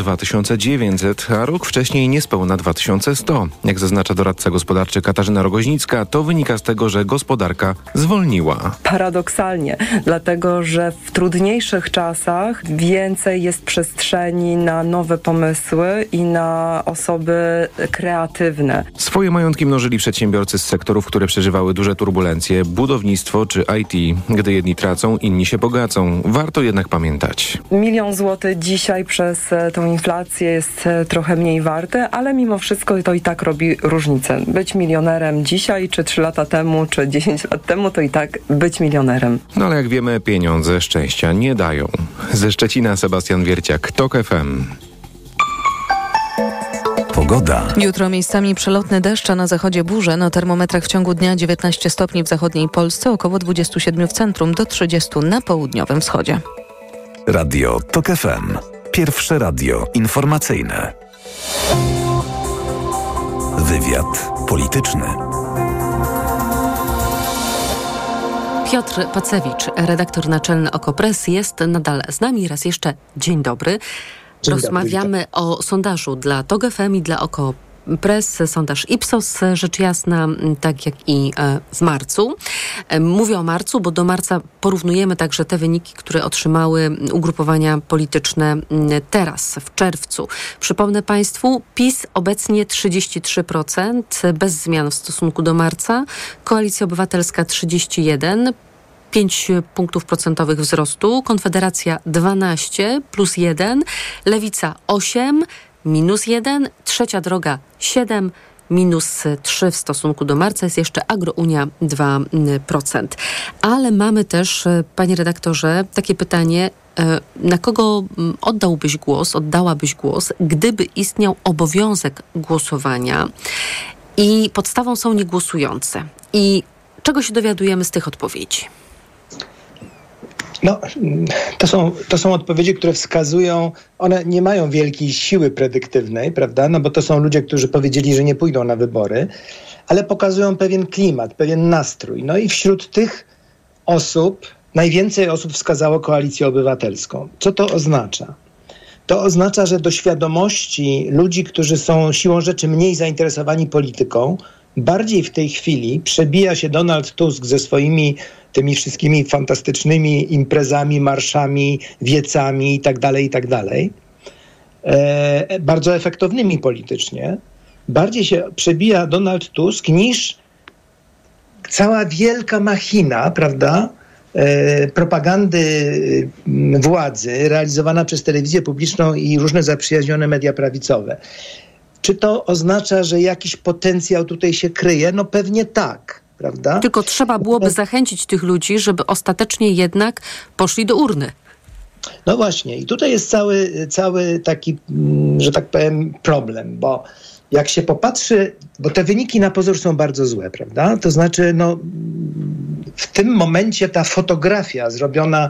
2900, a rok wcześniej niespełna 2100. Jak zaznacza doradca gospodarczy Katarzyna Rogoźnicka, to wynika z tego, że gospodarka zwolniła. Paradoksalnie, dlatego że w trudniejszych czasach więcej jest przestrzeni na nowe pomysły i na osoby kreatywne. Swoje majątki mnożyli przedsiębiorcy z sektorów, które przeżywały duże turbulencje, budownictwo czy IT. Gdy jedni tracą, inni się bogacą. Warto jednak pamiętać. 1 000 000 złotych dzisiaj przez tą inflację jest trochę mniej warte, ale mimo wszystko to i tak robi różnicę. Być milionerem dzisiaj, czy 3 lata temu, czy 10 lat temu, to i tak być milionerem. No ale jak wiemy, pieniądze szczęścia nie dają. Ze Szczecina Sebastian Wierciak, TOK FM. Pogoda. Jutro miejscami przelotny deszcz, a na zachodzie burze. Na termometrach w ciągu dnia 19 stopni w zachodniej Polsce, około 27 w centrum, do 30 na południowym wschodzie. Radio TOK FM. Pierwsze radio informacyjne. Wywiad polityczny. Piotr Pacewicz, redaktor naczelny OKO.press, jest nadal z nami. Raz jeszcze dzień dobry. Rozmawiamy o sondażu dla TOK FM i dla OKO.press, sondaż Ipsos, rzecz jasna, tak jak i w marcu. Mówię o marcu, bo do marca porównujemy także te wyniki, które otrzymały ugrupowania polityczne teraz, w czerwcu. Przypomnę Państwu, PiS obecnie 33%, bez zmian w stosunku do marca, Koalicja Obywatelska 31%, 5 punktów procentowych wzrostu, Konfederacja 12 plus 1, Lewica 8 minus 1, Trzecia Droga 7 minus 3 w stosunku do marca, jest jeszcze Agrounia 2%. Ale mamy też, panie redaktorze, takie pytanie, na kogo oddałabyś głos, gdyby istniał obowiązek głosowania i podstawą są niegłosujące? I czego się dowiadujemy z tych odpowiedzi? No, to są odpowiedzi, które wskazują, one nie mają wielkiej siły predyktywnej, prawda? No bo to są ludzie, którzy powiedzieli, że nie pójdą na wybory, ale pokazują pewien klimat, pewien nastrój. No i wśród tych osób najwięcej osób wskazało Koalicję Obywatelską. Co to oznacza? To oznacza, że do świadomości ludzi, którzy są siłą rzeczy mniej zainteresowani polityką, bardziej w tej chwili przebija się Donald Tusk ze swoimi tymi wszystkimi fantastycznymi imprezami, marszami, wiecami itd., bardzo efektownymi politycznie. Bardziej się przebija Donald Tusk niż cała wielka machina, prawda, propagandy władzy realizowana przez telewizję publiczną i różne zaprzyjaźnione media prawicowe. Czy to oznacza, że jakiś potencjał tutaj się kryje? No pewnie tak, prawda? Tylko trzeba byłoby zachęcić tych ludzi, żeby ostatecznie jednak poszli do urny. No właśnie i tutaj jest cały taki, że tak powiem, problem, bo jak się popatrzy, bo te wyniki na pozór są bardzo złe, prawda? To znaczy, no, w tym momencie ta fotografia zrobiona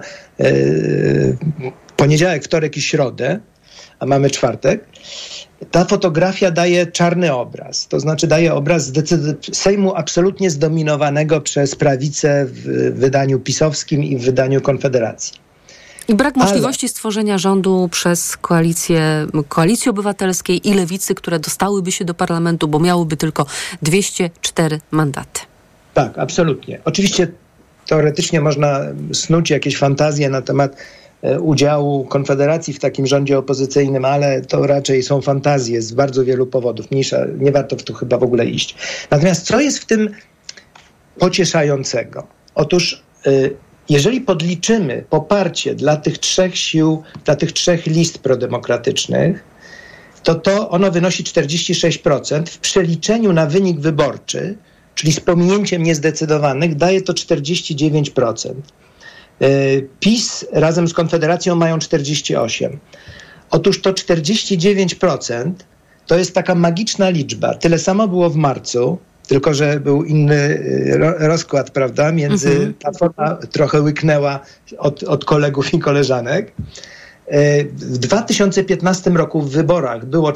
poniedziałek, wtorek i środę, a mamy czwartek, ta fotografia daje czarny obraz. To znaczy daje obraz Sejmu absolutnie zdominowanego przez prawicę w wydaniu pisowskim i w wydaniu Konfederacji. I brak możliwości stworzenia rządu przez Koalicji Obywatelskiej i Lewicy, które dostałyby się do parlamentu, bo miałyby tylko 204 mandaty. Tak, absolutnie. Oczywiście teoretycznie można snuć jakieś fantazje na temat udziału Konfederacji w takim rządzie opozycyjnym, ale to raczej są fantazje z bardzo wielu powodów. Nie warto w to chyba w ogóle iść. Natomiast co jest w tym pocieszającego? Otóż jeżeli podliczymy poparcie dla tych trzech sił, dla tych trzech list prodemokratycznych, to ono wynosi 46%. W przeliczeniu na wynik wyborczy, czyli z pominięciem niezdecydowanych, daje to 49%. PiS razem z Konfederacją mają 48%. Otóż to 49% to jest taka magiczna liczba. Tyle samo było w marcu, tylko że był inny rozkład, prawda? Platforma trochę łyknęła od kolegów i koleżanek. W 2015 roku w wyborach było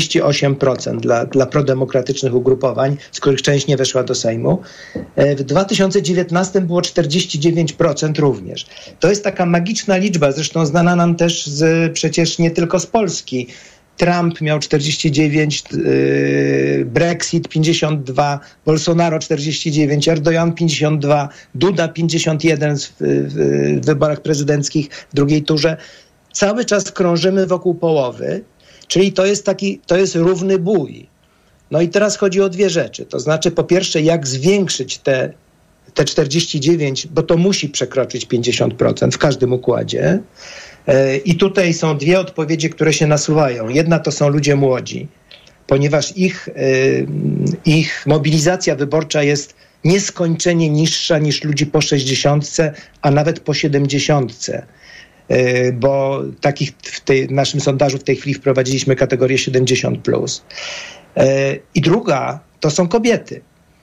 48% dla prodemokratycznych ugrupowań, z których część nie weszła do Sejmu. W 2019 było 49% również. To jest taka magiczna liczba, zresztą znana nam też przecież nie tylko z Polski. Trump miał 49, Brexit 52, Bolsonaro 49, Erdogan 52, Duda 51 w wyborach prezydenckich w drugiej turze. Cały czas krążymy wokół połowy, czyli to jest równy bój. No i teraz chodzi o dwie rzeczy. To znaczy po pierwsze, jak zwiększyć te 49, bo to musi przekroczyć 50% w każdym układzie. I tutaj są dwie odpowiedzi, które się nasuwają. Jedna to są ludzie młodzi, ponieważ ich mobilizacja wyborcza jest nieskończenie niższa niż ludzi po 60, a nawet po 70. Bo takich w naszym sondażu w tej chwili wprowadziliśmy kategorię 70+. I druga to są kobiety.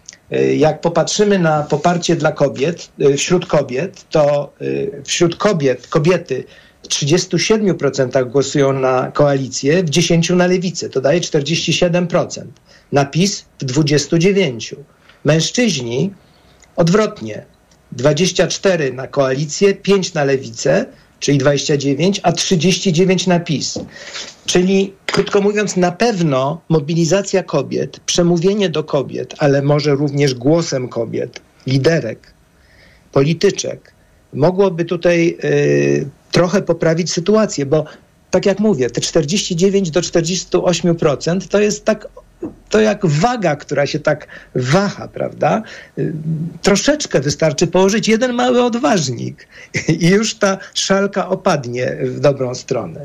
Jak popatrzymy na poparcie dla kobiet, wśród kobiet, to wśród kobiety w 37% głosują na koalicję, w 10% na lewicę. To daje 47%. Na PiS w 29%. Mężczyźni odwrotnie. 24% na koalicję, 5% na lewicę, czyli 29%, a 39% na PiS. Czyli, krótko mówiąc, na pewno mobilizacja kobiet, przemówienie do kobiet, ale może również głosem kobiet, liderek, polityczek, mogłoby tutaj trochę poprawić sytuację, bo tak jak mówię, te 49 do 48% to jest to jak waga, która się tak waha, prawda? Troszeczkę wystarczy położyć jeden mały odważnik i już ta szalka opadnie w dobrą stronę.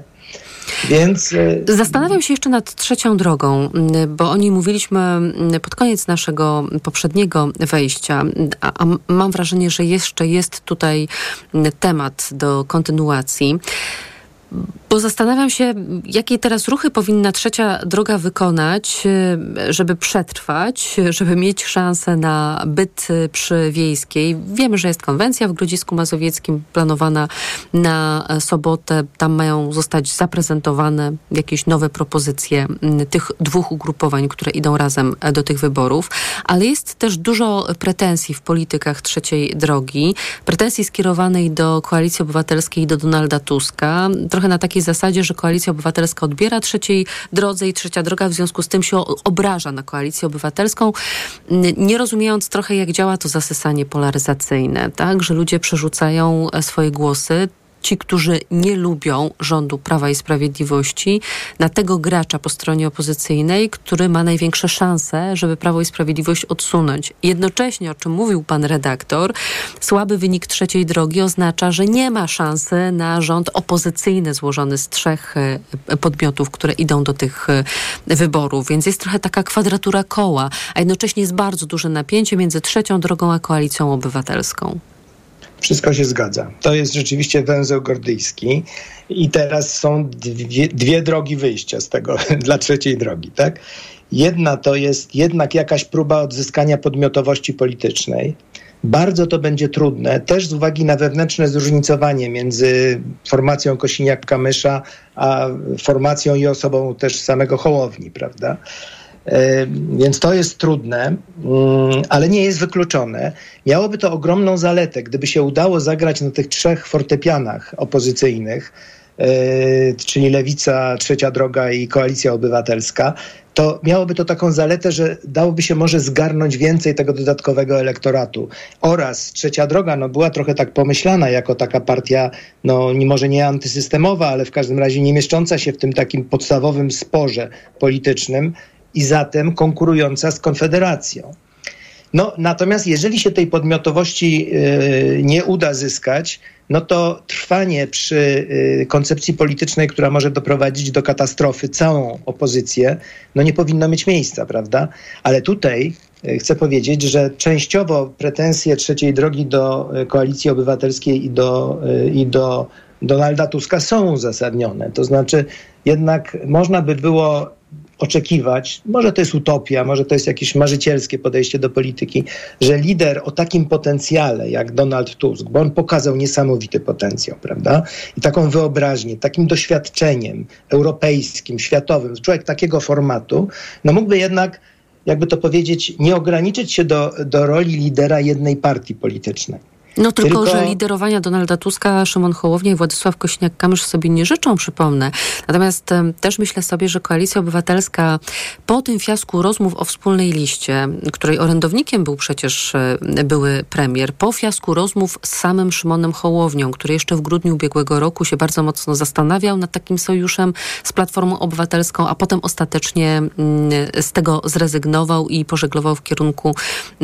Więc zastanawiam się jeszcze nad trzecią drogą, bo o niej mówiliśmy pod koniec naszego poprzedniego wejścia, a mam wrażenie, że jeszcze jest tutaj temat do kontynuacji. Bo zastanawiam się, jakie teraz ruchy powinna trzecia droga wykonać, żeby przetrwać, żeby mieć szansę na byt przy Wiejskiej. Wiemy, że jest konwencja w Grodzisku Mazowieckim planowana na sobotę. Tam mają zostać zaprezentowane jakieś nowe propozycje tych dwóch ugrupowań, które idą razem do tych wyborów. Ale jest też dużo pretensji w politykach trzeciej drogi. Pretensji skierowanej do Koalicji Obywatelskiej i do Donalda Tuska. Trochę na takiej zasadzie, że Koalicja Obywatelska odbiera trzeciej drodze i trzecia droga w związku z tym się obraża na Koalicję Obywatelską, nie rozumiejąc trochę, jak działa to zasysanie polaryzacyjne, tak? Że ludzie przerzucają swoje głosy. Ci, którzy nie lubią rządu Prawa i Sprawiedliwości, na tego gracza po stronie opozycyjnej, który ma największe szanse, żeby Prawo i Sprawiedliwość odsunąć. Jednocześnie, o czym mówił pan redaktor, słaby wynik trzeciej drogi oznacza, że nie ma szansy na rząd opozycyjny złożony z trzech podmiotów, które idą do tych wyborów. Więc jest trochę taka kwadratura koła, a jednocześnie jest bardzo duże napięcie między trzecią drogą a Koalicją Obywatelską. Wszystko się zgadza. To jest rzeczywiście węzeł gordyjski i teraz są dwie drogi wyjścia z tego dla trzeciej drogi, tak? Jedna to jest jednak jakaś próba odzyskania podmiotowości politycznej. Bardzo to będzie trudne, też z uwagi na wewnętrzne zróżnicowanie między formacją Kosiniak-Kamysza a formacją i osobą też samego Hołowni, prawda? Więc to jest trudne, ale nie jest wykluczone. Miałoby to ogromną zaletę, gdyby się udało zagrać na tych 3 fortepianach opozycyjnych, czyli Lewica, Trzecia Droga i Koalicja Obywatelska, to miałoby to taką zaletę, że dałoby się może zgarnąć więcej tego dodatkowego elektoratu. Oraz Trzecia Droga była trochę tak pomyślana jako taka partia, może nie antysystemowa, ale w każdym razie nie mieszcząca się w tym takim podstawowym sporze politycznym i zatem konkurująca z Konfederacją. Natomiast jeżeli się tej podmiotowości nie uda zyskać, to trwanie przy koncepcji politycznej, która może doprowadzić do katastrofy całą opozycję, nie powinno mieć miejsca, prawda? Ale tutaj chcę powiedzieć, że częściowo pretensje Trzeciej Drogi do Koalicji Obywatelskiej i do Donalda Tuska są uzasadnione. To znaczy jednak można by było oczekiwać, może to jest utopia, może to jest jakieś marzycielskie podejście do polityki, że lider o takim potencjale jak Donald Tusk, bo on pokazał niesamowity potencjał, prawda? I taką wyobraźnię, takim doświadczeniem europejskim, światowym, człowiek takiego formatu, mógłby jednak, jakby to powiedzieć, nie ograniczyć się do roli lidera jednej partii politycznej. Tylko, że liderowania Donalda Tuska, Szymon Hołownia i Władysław Kosiniak-Kamysz sobie nie życzą, przypomnę. Natomiast też myślę sobie, że Koalicja Obywatelska po tym fiasku rozmów o wspólnej liście, której orędownikiem był przecież były premier, po fiasku rozmów z samym Szymonem Hołownią, który jeszcze w grudniu ubiegłego roku się bardzo mocno zastanawiał nad takim sojuszem z Platformą Obywatelską, a potem ostatecznie z tego zrezygnował i pożeglował w kierunku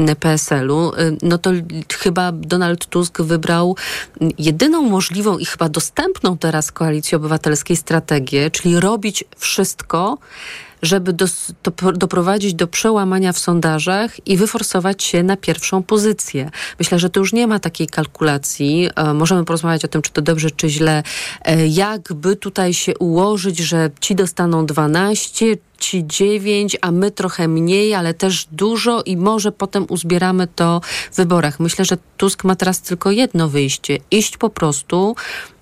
PSL-u, to chyba Donald Tusk wybrał jedyną możliwą i chyba dostępną teraz Koalicji Obywatelskiej strategię, czyli robić wszystko, żeby doprowadzić do przełamania w sondażach i wyforsować się na pierwszą pozycję. Myślę, że tu już nie ma takiej kalkulacji. Możemy porozmawiać o tym, czy to dobrze, czy źle. Jakby tutaj się ułożyć, że ci dostaną 12, ci 9, a my trochę mniej, ale też dużo i może potem uzbieramy to w wyborach. Myślę, że Tusk ma teraz tylko jedno wyjście. Iść po prostu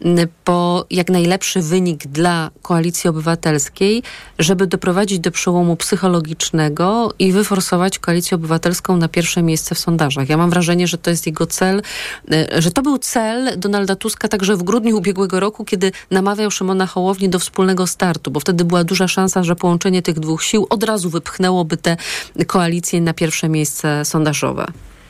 po jak najlepszy wynik dla Koalicji Obywatelskiej, żeby doprowadzić do przełomu psychologicznego i wyforsować Koalicję Obywatelską na pierwsze miejsce w sondażach. Ja mam wrażenie, że to jest jego cel, że to był cel Donalda Tuska także w grudniu ubiegłego roku, kiedy namawiał Szymona Hołownię do wspólnego startu, bo wtedy była duża szansa, że połączenie tych dwóch sił od razu wypchnęłoby te koalicje na pierwsze miejsce sondażowe.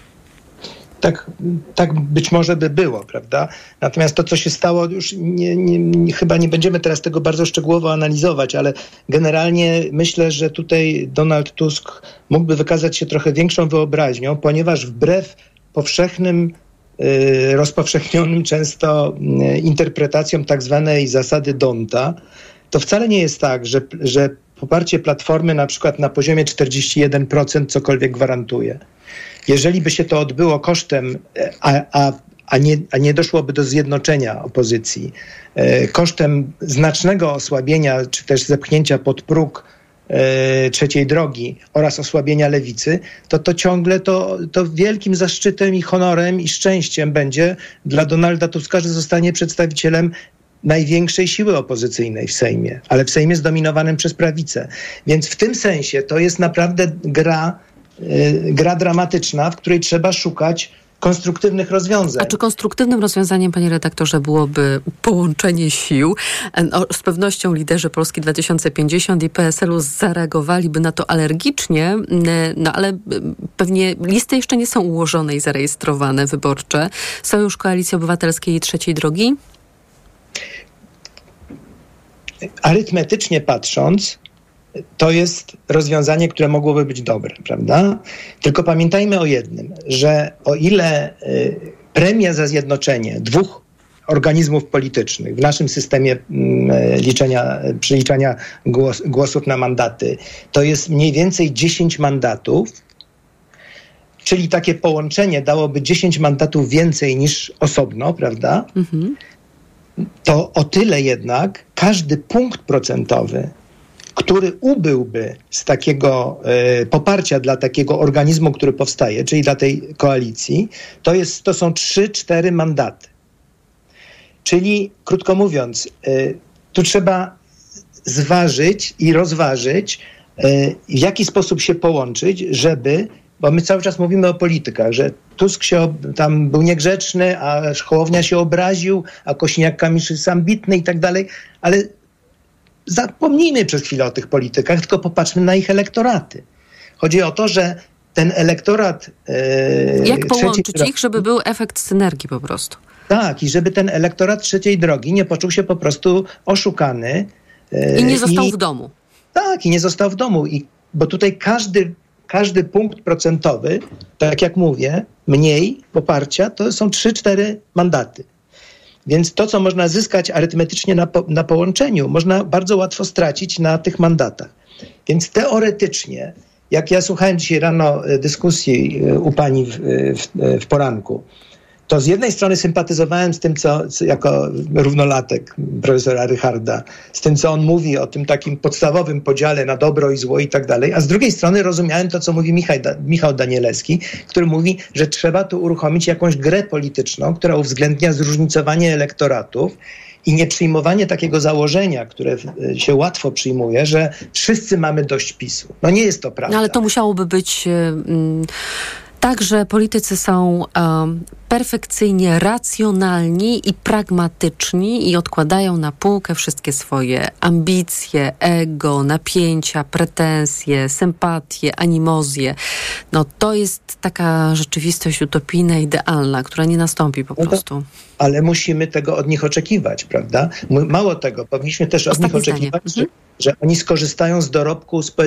Tak być może by było, prawda? Natomiast to, co się stało, już chyba nie będziemy teraz tego bardzo szczegółowo analizować, ale generalnie myślę, że tutaj Donald Tusk mógłby wykazać się trochę większą wyobraźnią, ponieważ wbrew powszechnym, rozpowszechnionym często interpretacjom tak zwanej zasady D'Hondta, to wcale nie jest tak, że poparcie Platformy na przykład na poziomie 41% cokolwiek gwarantuje. Jeżeli by się to odbyło kosztem, a nie doszłoby do zjednoczenia opozycji, kosztem znacznego osłabienia, czy też zepchnięcia pod próg Trzeciej Drogi oraz osłabienia Lewicy, to ciągle to wielkim zaszczytem i honorem i szczęściem będzie dla Donalda Tuska, że zostanie przedstawicielem największej siły opozycyjnej w Sejmie, ale w Sejmie zdominowanym przez prawicę. Więc w tym sensie to jest naprawdę gra dramatyczna, w której trzeba szukać konstruktywnych rozwiązań. A czy konstruktywnym rozwiązaniem, panie redaktorze, byłoby połączenie sił? Z pewnością liderzy Polski 2050 i PSL-u zareagowaliby na to alergicznie, ale pewnie listy jeszcze nie są ułożone i zarejestrowane wyborcze. Sojusz Koalicji Obywatelskiej i Trzeciej Drogi? Arytmetycznie patrząc, to jest rozwiązanie, które mogłoby być dobre, prawda? Tylko pamiętajmy o jednym, że o ile premia za zjednoczenie dwóch organizmów politycznych w naszym systemie przeliczania głosów na mandaty, to jest mniej więcej 10 mandatów, czyli takie połączenie dałoby 10 mandatów więcej niż osobno, prawda? To o tyle jednak każdy punkt procentowy, który ubyłby z takiego poparcia dla takiego organizmu, który powstaje, czyli dla tej koalicji, to są 3-4 mandaty. Czyli, krótko mówiąc, tu trzeba zważyć i rozważyć, w jaki sposób się połączyć, żeby, bo my cały czas mówimy o politykach, że Tusk się tam był niegrzeczny, a Hołownia się obraził, a Kosiniak-Kamysz jest ambitny i tak dalej, ale zapomnijmy przez chwilę o tych politykach, tylko popatrzmy na ich elektoraty. Chodzi o to, że ten elektorat... Jak połączyć ich, żeby był efekt synergii po prostu? Tak, i żeby ten elektorat trzeciej drogi nie poczuł się po prostu oszukany. I nie został w domu. Tak, i nie został w domu. Bo tutaj każdy punkt procentowy, tak jak mówię, mniej poparcia, to są 3-4 mandaty. Więc to, co można zyskać arytmetycznie na połączeniu, można bardzo łatwo stracić na tych mandatach. Więc teoretycznie, jak ja słuchałem dzisiaj rano dyskusji u pani w poranku, to z jednej strony sympatyzowałem z tym, co jako równolatek profesora Rycharda, z tym, co on mówi o tym takim podstawowym podziale na dobro i zło i tak dalej, a z drugiej strony rozumiałem to, co mówi Michał Danielewski, który mówi, że trzeba tu uruchomić jakąś grę polityczną, która uwzględnia zróżnicowanie elektoratów i nie przyjmowanie takiego założenia, które się łatwo przyjmuje, że wszyscy mamy dość PiS-u. No nie jest to prawda. No ale to musiałoby być... Tak, że politycy są perfekcyjnie racjonalni i pragmatyczni i odkładają na półkę wszystkie swoje ambicje, ego, napięcia, pretensje, sympatie, animozje. No to jest taka rzeczywistość utopijna, idealna, która nie nastąpi po prostu. Ale musimy tego od nich oczekiwać, prawda? Mało tego, powinniśmy też od nich oczekiwać, że oni skorzystają z dorobku